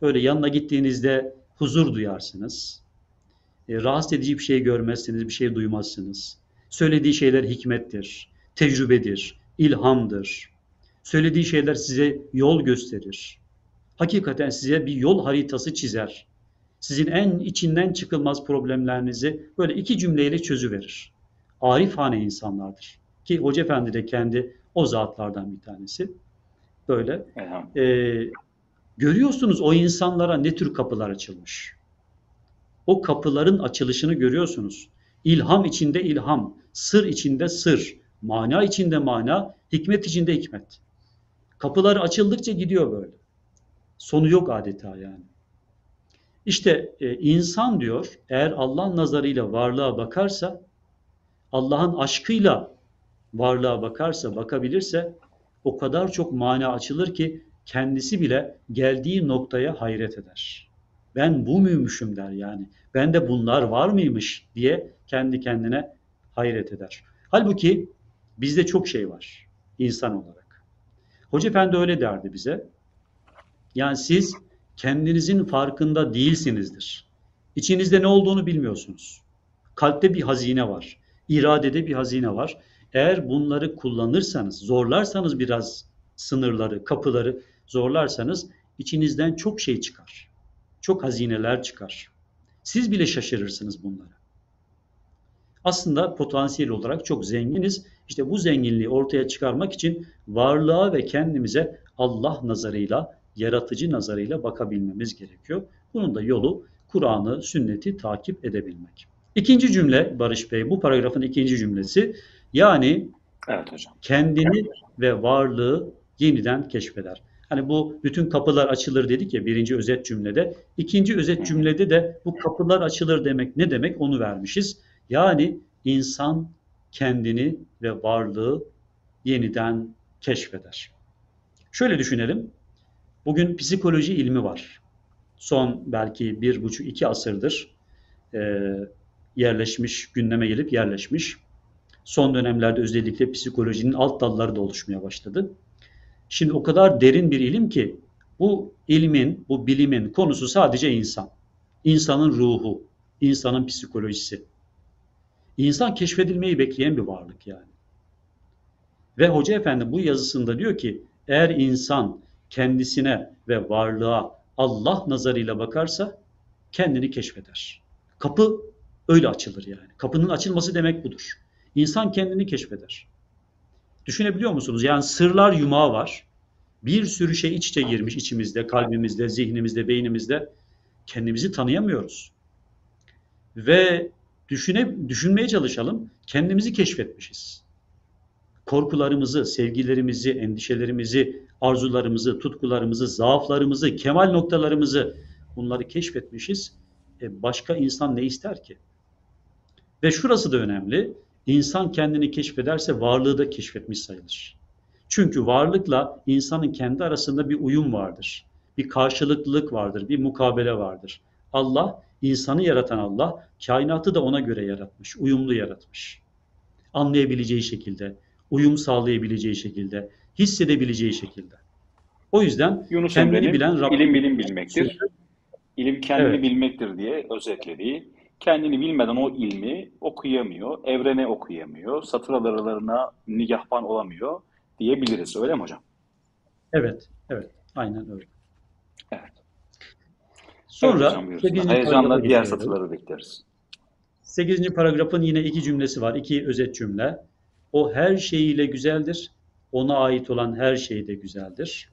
Böyle yanına gittiğinizde huzur duyarsınız. Rahatsız edici bir şey görmezsiniz, bir şey duymazsınız. Söylediği şeyler hikmettir, tecrübedir, ilhamdır. Söylediği şeyler size yol gösterir. Hakikaten size bir yol haritası çizer. Sizin en içinden çıkılmaz problemlerinizi böyle iki cümleyle çözüverir. Arifane insanlardır. Ki Hoca Efendi de kendi o zatlardan bir tanesi. Böyle Elham. görüyorsunuz o insanlara ne tür kapılar açılmış. O kapıların açılışını görüyorsunuz. İlham içinde ilham, sır içinde sır, mana içinde mana, hikmet içinde hikmet. Kapılar açıldıkça gidiyor böyle. Sonu yok adeta yani. İşte insan diyor, eğer Allah nazarıyla varlığa bakarsa, Allah'ın aşkıyla varlığa bakarsa, bakabilirse o kadar çok mana açılır ki kendisi bile geldiği noktaya hayret eder. Ben bu muymuşum der yani. Bende bunlar var mıymış diye kendi kendine hayret eder. Halbuki bizde çok şey var insan olarak. Hoca Efendi öyle derdi bize. Yani siz kendinizin farkında değilsinizdir. İçinizde ne olduğunu bilmiyorsunuz. Kalpte bir hazine var. İradede bir hazine var. Eğer bunları kullanırsanız, zorlarsanız biraz sınırları, kapıları zorlarsanız içinizden çok şey çıkar. Çok hazineler çıkar. Siz bile şaşırırsınız bunlara. Aslında potansiyel olarak çok zenginiz. İşte bu zenginliği ortaya çıkarmak için varlığa ve kendimize Allah nazarıyla, yaratıcı nazarıyla bakabilmemiz gerekiyor. Bunun da yolu Kur'an'ı, sünneti takip edebilmek. İkinci cümle Barış Bey, bu paragrafın ikinci cümlesi. Yani Evet hocam. kendini ve varlığı yeniden keşfeder. Hani bu bütün kapılar açılır dedik ya birinci özet cümlede. İkinci özet cümlede de bu kapılar açılır demek ne demek onu vermişiz. Yani insan kendini ve varlığı yeniden keşfeder. Şöyle düşünelim. Bugün psikoloji ilmi var. Son belki 1,5-2 asırdır yerleşmiş, gündeme gelip yerleşmiş. Son dönemlerde özellikle psikolojinin alt dalları da oluşmaya başladı. Şimdi o kadar derin bir ilim ki bu ilmin, bu bilimin konusu sadece insan. İnsanın ruhu, insanın psikolojisi. İnsan keşfedilmeyi bekleyen bir varlık yani. Ve Hoca Efendi bu yazısında diyor ki eğer insan kendisine ve varlığa Allah nazarıyla bakarsa kendini keşfeder. Kapı öyle açılır yani. Kapının açılması demek budur. İnsan kendini keşfeder. Düşünebiliyor musunuz? Yani sırlar yumağı var. Bir sürü şey iç içe girmiş içimizde, kalbimizde, zihnimizde, beynimizde. Kendimizi tanıyamıyoruz. Ve düşünmeye çalışalım. Kendimizi keşfetmişiz. Korkularımızı, sevgilerimizi, endişelerimizi, arzularımızı, tutkularımızı, zaaflarımızı, kemal noktalarımızı bunları keşfetmişiz. Başka insan ne ister ki? Ve şurası da önemli. İnsan kendini keşfederse varlığı da keşfetmiş sayılır. Çünkü varlıkla insanın kendi arasında bir uyum vardır. Bir karşılıklılık vardır, bir mukabele vardır. Allah, insanı yaratan Allah, kainatı da ona göre yaratmış, uyumlu yaratmış. Anlayabileceği şekilde, uyum sağlayabileceği şekilde, hissedebileceği şekilde. O yüzden Yunus kendini Emre'nin bilen Rabbim. ilim bilim bilmektir. İlim kendini Evet. bilmektir diye özetlediği, kendini bilmeden o ilmi okuyamıyor, evrene okuyamıyor, satır aralarına nigahban olamıyor diyebiliriz. Öyle mi hocam? Evet, evet. Aynen öyle. Evet. Evet Sonra hocam buyursunlar. 8. paragrafa Heyecanla diğer geçiyoruz. satırları bekleriz. 8. paragrafın yine iki cümlesi var. İki özet cümle. O her şeyiyle güzeldir. Ona ait olan her şey de güzeldir.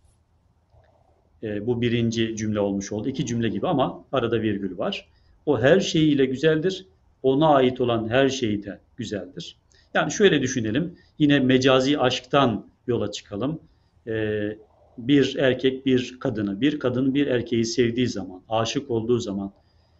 Bu birinci cümle olmuş oldu. İki cümle gibi ama arada virgül var. O her şeyiyle güzeldir. Ona ait olan her şey de güzeldir. Yani şöyle düşünelim. Yine mecazi aşktan yola çıkalım. Bir erkek bir kadını, bir kadın bir erkeği sevdiği zaman, aşık olduğu zaman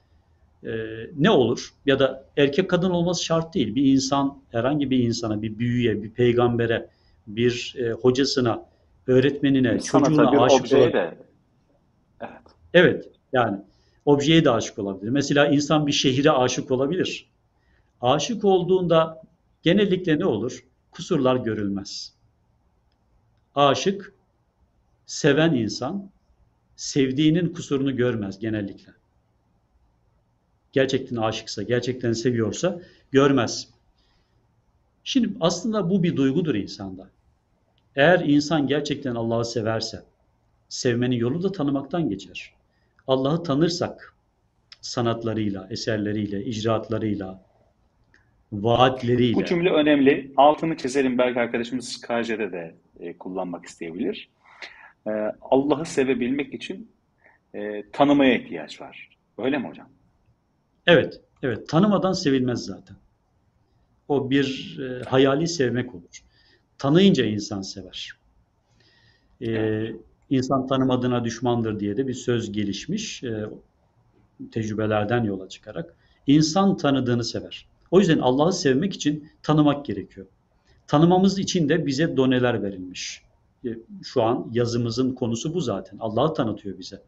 ne olur? Ya da erkek kadın olması şart değil. Bir insan herhangi bir insana, bir büyüye, bir peygambere, bir hocasına, öğretmenine, Sanata, çocuğuna bir aşık objeye olabilir. de evet. Evet, yani objeye de aşık olabilir. Mesela insan bir şehire aşık olabilir. Aşık olduğunda genellikle ne olur? Kusurlar görülmez. Aşık, seven insan sevdiğinin kusurunu görmez genellikle. Gerçekten aşıksa, gerçekten seviyorsa görmez. Şimdi aslında bu bir duygudur insanda. Eğer insan gerçekten Allah'ı severse, sevmenin yolu da tanımaktan geçer. Allah'ı tanırsak, sanatlarıyla, eserleriyle, icraatlarıyla, Bu vaatleriyle. cümle önemli. Altını çizelim. Belki arkadaşımız KJ'de de kullanmak isteyebilir. Allah'ı sevebilmek için tanımaya ihtiyaç var. Öyle mi hocam? Evet, evet. Tanımadan sevilmez zaten. O bir hayali sevmek olur. Tanıyınca insan sever. Evet. İnsan tanımadığına düşmandır diye de bir söz gelişmiş tecrübelerden yola çıkarak. İnsan tanıdığını sever. O yüzden Allah'ı sevmek için tanımak gerekiyor. Tanımamız için de bize doneler verilmiş. Şu an yazımızın konusu bu zaten. Allah'ı tanıtıyor bize.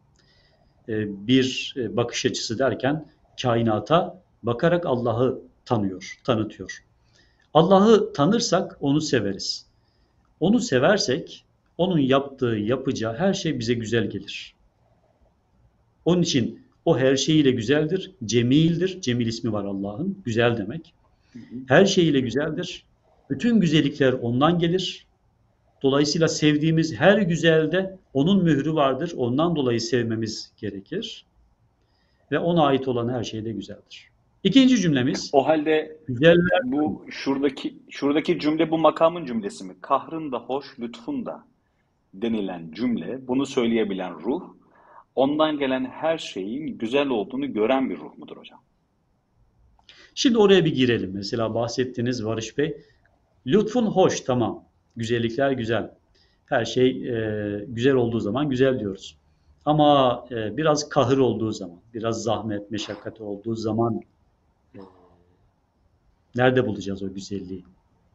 Bir bakış açısı derken kainata bakarak Allah'ı tanıtıyor. Allah'ı tanırsak onu severiz. Onu seversek onun yaptığı, yapacağı her şey bize güzel gelir. Onun için o her şeyiyle güzeldir, cemildir. Cemil ismi var Allah'ın, güzel demek. Hı hı. Her şeyiyle güzeldir. Bütün güzellikler ondan gelir. Dolayısıyla sevdiğimiz her güzelde onun mührü vardır. Ondan dolayı sevmemiz gerekir. Ve ona ait olan her şey de güzeldir. İkinci cümlemiz, O halde güzeller. bu şuradaki cümle bu makamın cümlesi mi? Kahrın da hoş, lütfun da denilen cümle, bunu söyleyebilen ruh, ondan gelen her şeyin güzel olduğunu gören bir ruh mudur hocam? Şimdi oraya bir girelim. Mesela bahsettiğiniz Barış Bey, lütfun hoş, tamam. Güzellikler güzel. Her şey güzel olduğu zaman güzel diyoruz. Ama biraz kahır olduğu zaman, biraz zahmet, meşakkat olduğu zaman e, nerede bulacağız o güzelliği?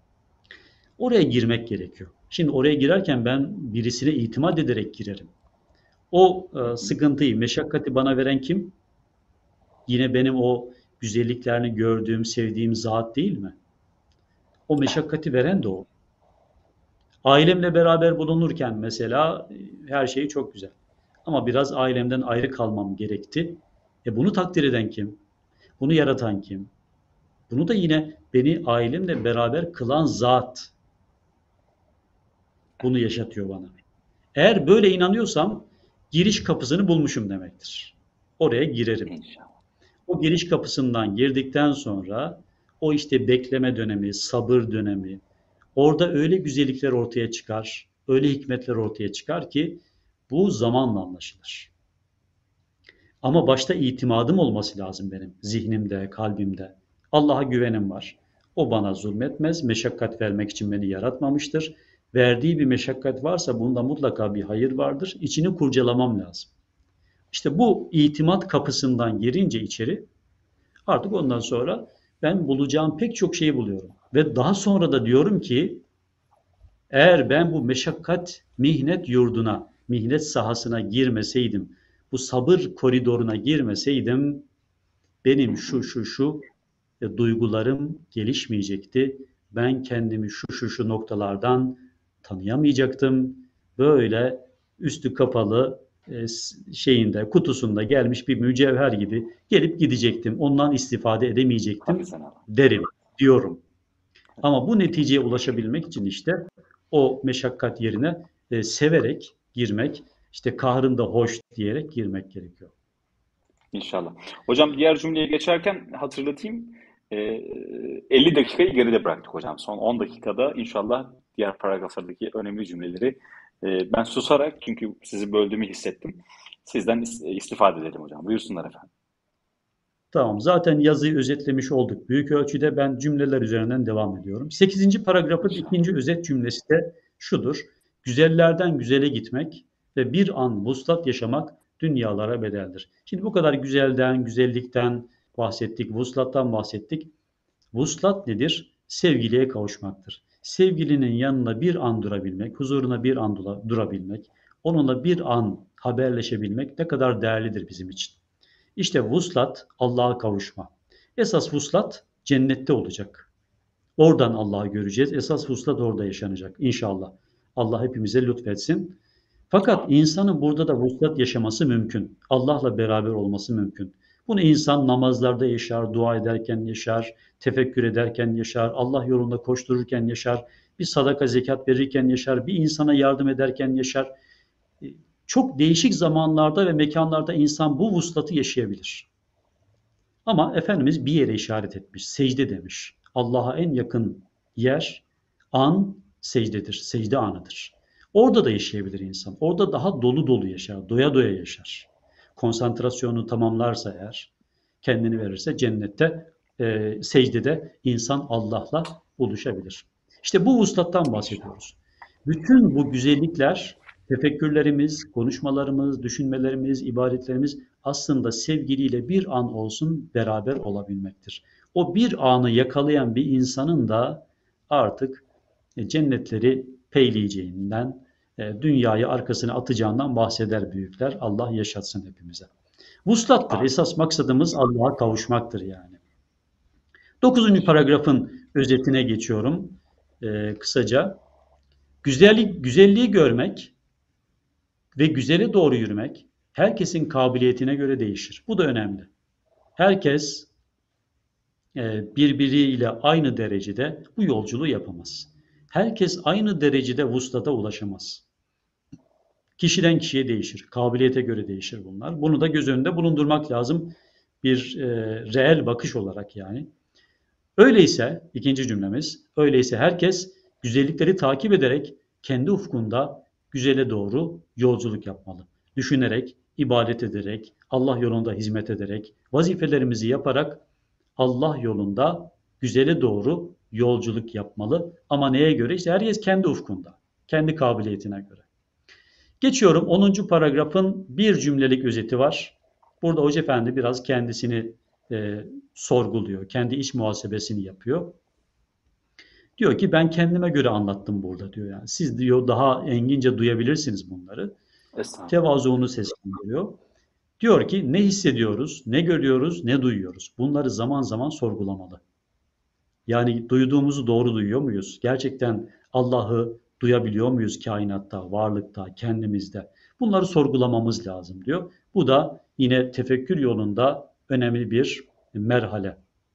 Oraya girmek gerekiyor. Şimdi oraya girerken ben birisine itimat ederek girerim. O Hı hı. sıkıntıyı, meşakkati bana veren kim? Yine benim o güzelliklerini gördüğüm, sevdiğim zat değil mi? O meşakkati veren de o. Ailemle beraber bulunurken mesela her şey çok güzel. Ama biraz ailemden ayrı kalmam gerekti. Bunu takdir eden kim? Bunu yaratan kim? Bunu da yine beni ailemle beraber kılan zat bunu yaşatıyor bana. Eğer böyle inanıyorsam giriş kapısını bulmuşum demektir. Oraya girerim. İnşallah. O giriş kapısından girdikten sonra o işte bekleme dönemi, sabır dönemi, orada öyle güzellikler ortaya çıkar, öyle hikmetler ortaya çıkar ki bu zamanla anlaşılır. Ama başta itimadım olması lazım benim zihnimde, kalbimde. Allah'a güvenim var. O bana zulmetmez, meşakkat vermek için beni yaratmamıştır. Verdiği bir meşakkat varsa bunda mutlaka bir hayır vardır. İçini kurcalamam lazım. İşte bu itimat kapısından girince içeri artık ondan sonra ben bulacağım pek çok şeyi buluyorum. Ve daha sonra da diyorum ki eğer ben bu meşakkat mihnet yurduna, mihnet sahasına girmeseydim, bu sabır koridoruna girmeseydim Hı benim hı. şu duygularım gelişmeyecekti. Ben kendimi şu noktalardan tanıyamayacaktım. Böyle üstü kapalı şeyinde, kutusunda gelmiş bir mücevher gibi gelip gidecektim. Ondan istifade edemeyecektim Hafizen Allah. derim, diyorum. Ama bu neticeye ulaşabilmek için işte o meşakkat yerine severek girmek, işte kahrında hoş diyerek girmek gerekiyor. İnşallah. Hocam diğer cümleye geçerken hatırlatayım. 50 dakikayı geride bıraktık hocam. Son 10 dakikada inşallah diğer paragraflardaki önemli cümleleri ben susarak çünkü sizi böldüğümü hissettim. Sizden istifade edelim hocam. Buyursunlar efendim. Tamam, zaten yazıyı özetlemiş olduk. Büyük ölçüde ben cümleler üzerinden devam ediyorum. 8. paragrafın İnşallah. ikinci özet cümlesi de şudur. Güzellerden güzele gitmek ve bir an vuslat yaşamak dünyalara bedeldir. Şimdi bu kadar güzelden, güzellikten bahsettik, vuslattan bahsettik. Vuslat nedir? Sevgiliye kavuşmaktır. Sevgilinin yanına bir an durabilmek, huzuruna bir an durabilmek, onunla bir an haberleşebilmek ne kadar değerlidir bizim için. İşte vuslat Allah'a kavuşma. Esas vuslat cennette olacak. Oradan Allah'ı göreceğiz. Esas vuslat orada yaşanacak inşallah. Allah hepimize lütfetsin. Fakat insanın burada da vuslat yaşaması mümkün. Allah'la beraber olması mümkün. Bunu insan namazlarda yaşar, dua ederken yaşar, tefekkür ederken yaşar, Allah yolunda koştururken yaşar, bir sadaka zekat verirken yaşar, bir insana yardım ederken yaşar. Çok değişik zamanlarda ve mekanlarda insan bu vuslatı yaşayabilir. Ama Efendimiz bir yere işaret etmiş, secde demiş. Allah'a en yakın yer, an secdedir, secde anıdır. Orada da yaşayabilir insan. Orada daha dolu dolu yaşar, doya doya yaşar. Konsantrasyonu tamamlarsa eğer, kendini verirse cennette, secdede insan Allah'la buluşabilir. İşte bu vuslattan bahsediyoruz. Bütün bu güzellikler, tefekkürlerimiz, konuşmalarımız, düşünmelerimiz, ibadetlerimiz aslında sevgiliyle bir an olsun beraber olabilmektir. O bir anı yakalayan bir insanın da artık cennetleri peyleyeceğinden, dünyayı arkasına atacağından bahseder büyükler. Allah yaşatsın hepimize. Vuslattır. Esas maksadımız Allah'a kavuşmaktır yani. 9. paragrafın özetine geçiyorum kısaca. Güzelliği görmek ve güzele doğru yürümek herkesin kabiliyetine göre değişir. Bu da önemli. Herkes birbiriyle aynı derecede bu yolculuğu yapamaz. Herkes aynı derecede vuslata ulaşamaz. Kişiden kişiye değişir. Kabiliyete göre değişir bunlar. Bunu da göz önünde bulundurmak lazım. Bir reel bakış olarak yani. Öyleyse, ikinci cümlemiz, öyleyse herkes güzellikleri takip ederek kendi ufkunda güzele doğru yolculuk yapmalı. Düşünerek, ibadet ederek, Allah yolunda hizmet ederek, vazifelerimizi yaparak Allah yolunda güzele doğru yolculuk yapmalı. Ama neye göre? İşte herkes kendi ufkunda, kendi kabiliyetine göre. Geçiyorum 10. paragrafın bir cümlelik özeti var. Burada Hoca Efendi biraz kendisini sorguluyor, kendi iç muhasebesini yapıyor. Diyor ki ben kendime göre anlattım burada diyor yani. Siz diyor daha engince duyabilirsiniz bunları. Tevazuunu seslendiriyor. Diyor ki ne hissediyoruz, ne görüyoruz, ne duyuyoruz. Bunları zaman zaman sorgulamalı. Yani duyduğumuzu doğru duyuyor muyuz? Gerçekten Allah'ı duyabiliyor muyuz kainatta, varlıkta, kendimizde? Bunları sorgulamamız lazım diyor. Bu da yine tefekkür yolunda önemli bir merhale.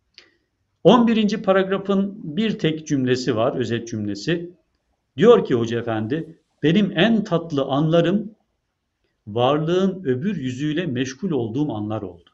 11. paragrafın bir tek cümlesi var, özet cümlesi. Diyor ki Hoca Efendi, benim en tatlı anlarım varlığın öbür yüzüyle meşgul olduğum anlar oldu.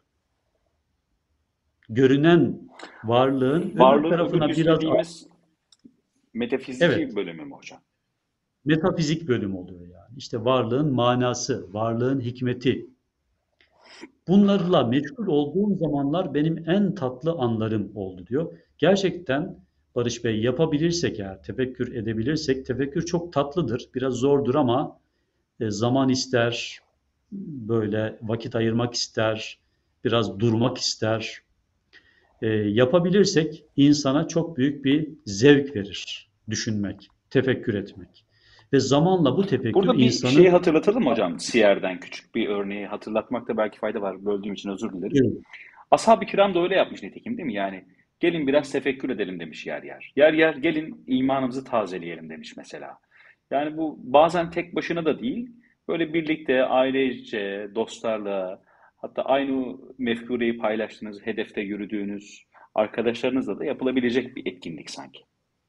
Görünen varlığın öbür tarafına öbür biraz... Metafiziki bölümü mü hocam? Metafizik bölüm oluyor yani. İşte varlığın manası, varlığın hikmeti. Bunlarla meşgul olduğum zamanlar benim en tatlı anlarım oldu diyor. Gerçekten Barış Bey yapabilirsek eğer, tefekkür edebilirsek, tefekkür çok tatlıdır. Biraz zordur ama zaman ister, böyle vakit ayırmak ister, biraz durmak ister. Yapabilirsek insana çok büyük bir zevk verir düşünmek, tefekkür etmek. Ve zamanla bu tefekkür Burada bir insanı... şeyi hatırlatalım hocam. Siyer'den küçük bir örneği hatırlatmakta belki fayda var. Böldüğüm için özür dilerim. Evet. Ashab-ı kiram da öyle yapmış nitekim değil mi? Yani gelin biraz tefekkür edelim demiş yer yer. Yer yer gelin imanımızı tazeleyelim demiş mesela. Yani bu bazen tek başına da değil. Böyle birlikte, ailece, dostlarla, hatta aynı mefkureyi paylaştığınız, hedefte yürüdüğünüz arkadaşlarınızla da yapılabilecek bir etkinlik sanki.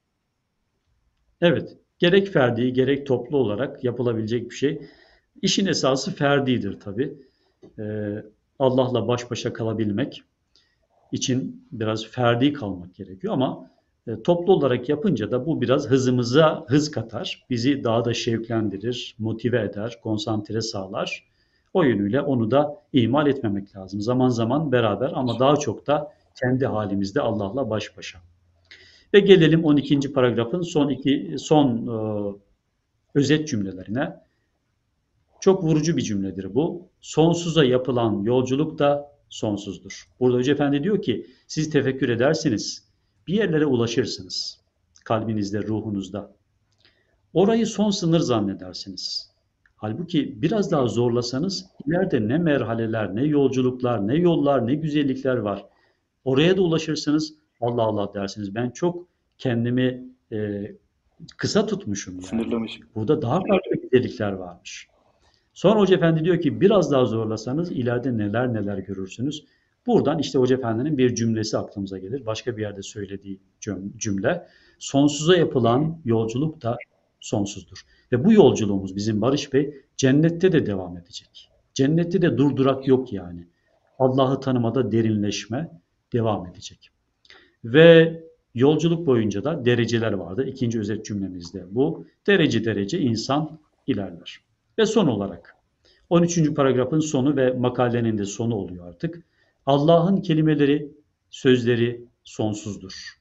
Evet, gerek ferdi gerek toplu olarak yapılabilecek bir şey. İşin esası ferdidir tabii. Allah'la baş başa kalabilmek için biraz ferdi kalmak gerekiyor ama toplu olarak yapınca da bu biraz hızımıza hız katar. Bizi daha da şevklendirir, motive eder, konsantre sağlar. O yönüyle onu da ihmal etmemek lazım. Zaman zaman beraber ama daha çok da kendi halimizde Allah'la baş başa. Ve gelelim 12. paragrafın son özet cümlelerine. Çok vurucu bir cümledir bu. Sonsuza yapılan yolculuk da sonsuzdur. Burada Hoca Efendi diyor ki siz tefekkür edersiniz, bir yerlere ulaşırsınız. Kalbinizde, ruhunuzda. Orayı son sınır zannedersiniz. Halbuki biraz daha zorlasanız ileride ne merhaleler, ne yolculuklar, ne yollar, ne güzellikler var. Oraya da ulaşırsınız. Allah Allah dersiniz. Ben çok kendimi kısa tutmuşum yani. Sınırlamışım. Burada daha farklı güzellikler varmış. Sonra Hoca Efendi diyor ki biraz daha zorlasanız ileride neler neler görürsünüz. Buradan işte Hoca Efendi'nin bir cümlesi aklımıza gelir. Başka bir yerde söylediği cümle. Sonsuza yapılan yolculuk da sonsuzdur. Ve bu yolculuğumuz bizim Barış Bey cennette de devam edecek. Cennette de durdurak yok yani. Allah'ı tanımada derinleşme devam edecek. Ve yolculuk boyunca da dereceler vardı. İkinci özet cümlemizde bu. Derece derece insan ilerler. Ve son olarak 13. paragrafın sonu ve makalenin de sonu oluyor artık. Allah'ın kelimeleri, sözleri sonsuzdur.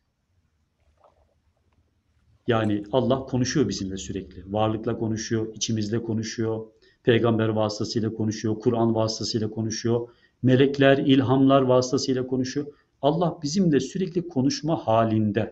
Yani Allah konuşuyor bizimle sürekli. Varlıkla konuşuyor, içimizle konuşuyor, peygamber vasıtasıyla konuşuyor, Kur'an vasıtasıyla konuşuyor, melekler, ilhamlar vasıtasıyla konuşuyor. Allah bizimle sürekli konuşma halinde.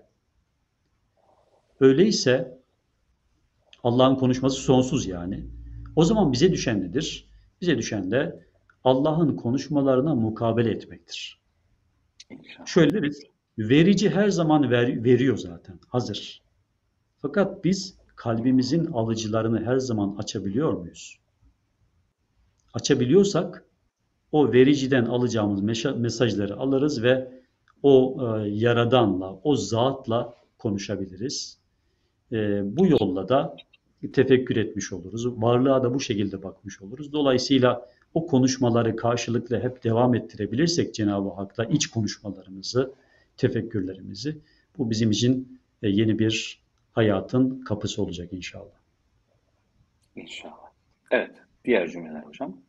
Öyleyse Allah'ın konuşması sonsuz yani. O zaman bize düşen nedir? Bize düşen de Allah'ın konuşmalarına mukabele etmektir. Şöyle deriz, verici her zaman veriyor zaten, hazır. Fakat biz kalbimizin alıcılarını her zaman açabiliyor muyuz? Açabiliyorsak o vericiden alacağımız mesajları alırız ve o yaradanla, o zatla konuşabiliriz. Bu yolla da tefekkür etmiş oluruz. Varlığa da bu şekilde bakmış oluruz. Dolayısıyla o konuşmaları karşılıklı hep devam ettirebilirsek Cenab-ı Hak'la iç konuşmalarımızı, tefekkürlerimizi, bu bizim için yeni bir hayatın kapısı olacak inşallah. İnşallah. Evet, diğer cümleler hocam.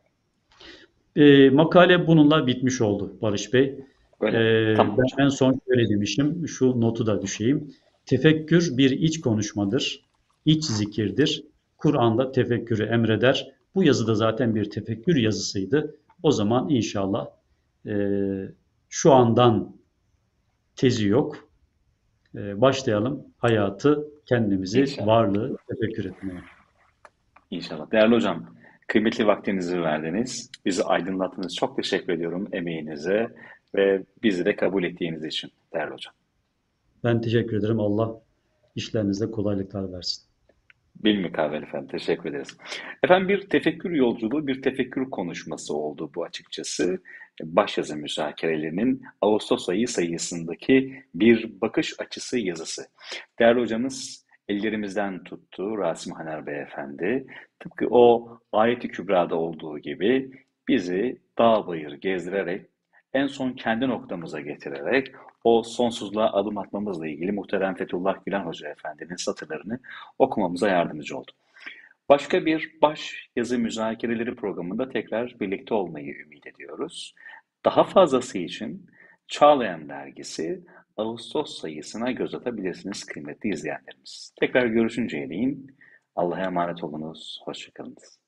Makale bununla bitmiş oldu Barış Bey. Tamam Ben hocam. en son şöyle demişim, şu notu da düşeyim. Tefekkür bir iç konuşmadır, iç zikirdir. Kur'an'da tefekkürü emreder. Bu yazıda zaten bir tefekkür yazısıydı. O zaman inşallah şu andan tezi yok. Başlayalım hayatı, kendimizi, İnşallah. varlığı tefekkür etmeye. İnşallah. Değerli hocam, kıymetli vaktinizi verdiniz. Bizi aydınlattınız. Çok teşekkür ediyorum emeğinize ve bizi de kabul ettiğiniz için değerli hocam. Ben teşekkür ederim. Allah işlerinizde kolaylıklar versin. Bilmukabele efendim. Teşekkür ederiz. Efendim bir tefekkür yolculuğu, bir tefekkür konuşması oldu bu açıkçası. Başyazı müzakerelerinin Ağustos ayı sayısındaki bir bakış açısı yazısı. Değerli hocamız ellerimizden tuttu Rasim Haner Beyefendi. Tıpkı o Ayet-i Kübra'da olduğu gibi bizi dağ bayır gezdirerek en son kendi noktamıza getirerek o sonsuzluğa adım atmamızla ilgili muhterem Fethullah Gülen Hoca Efendi'nin satırlarını okumamıza yardımcı oldu. Başka bir baş yazı müzakereleri programında tekrar birlikte olmayı ümit ediyoruz. Daha fazlası için Çağlayan Dergisi Ağustos sayısına göz atabilirsiniz kıymetli izleyenlerimiz. Tekrar görüşünceye değin Allah'a emanet olunuz, hoşça kalınız.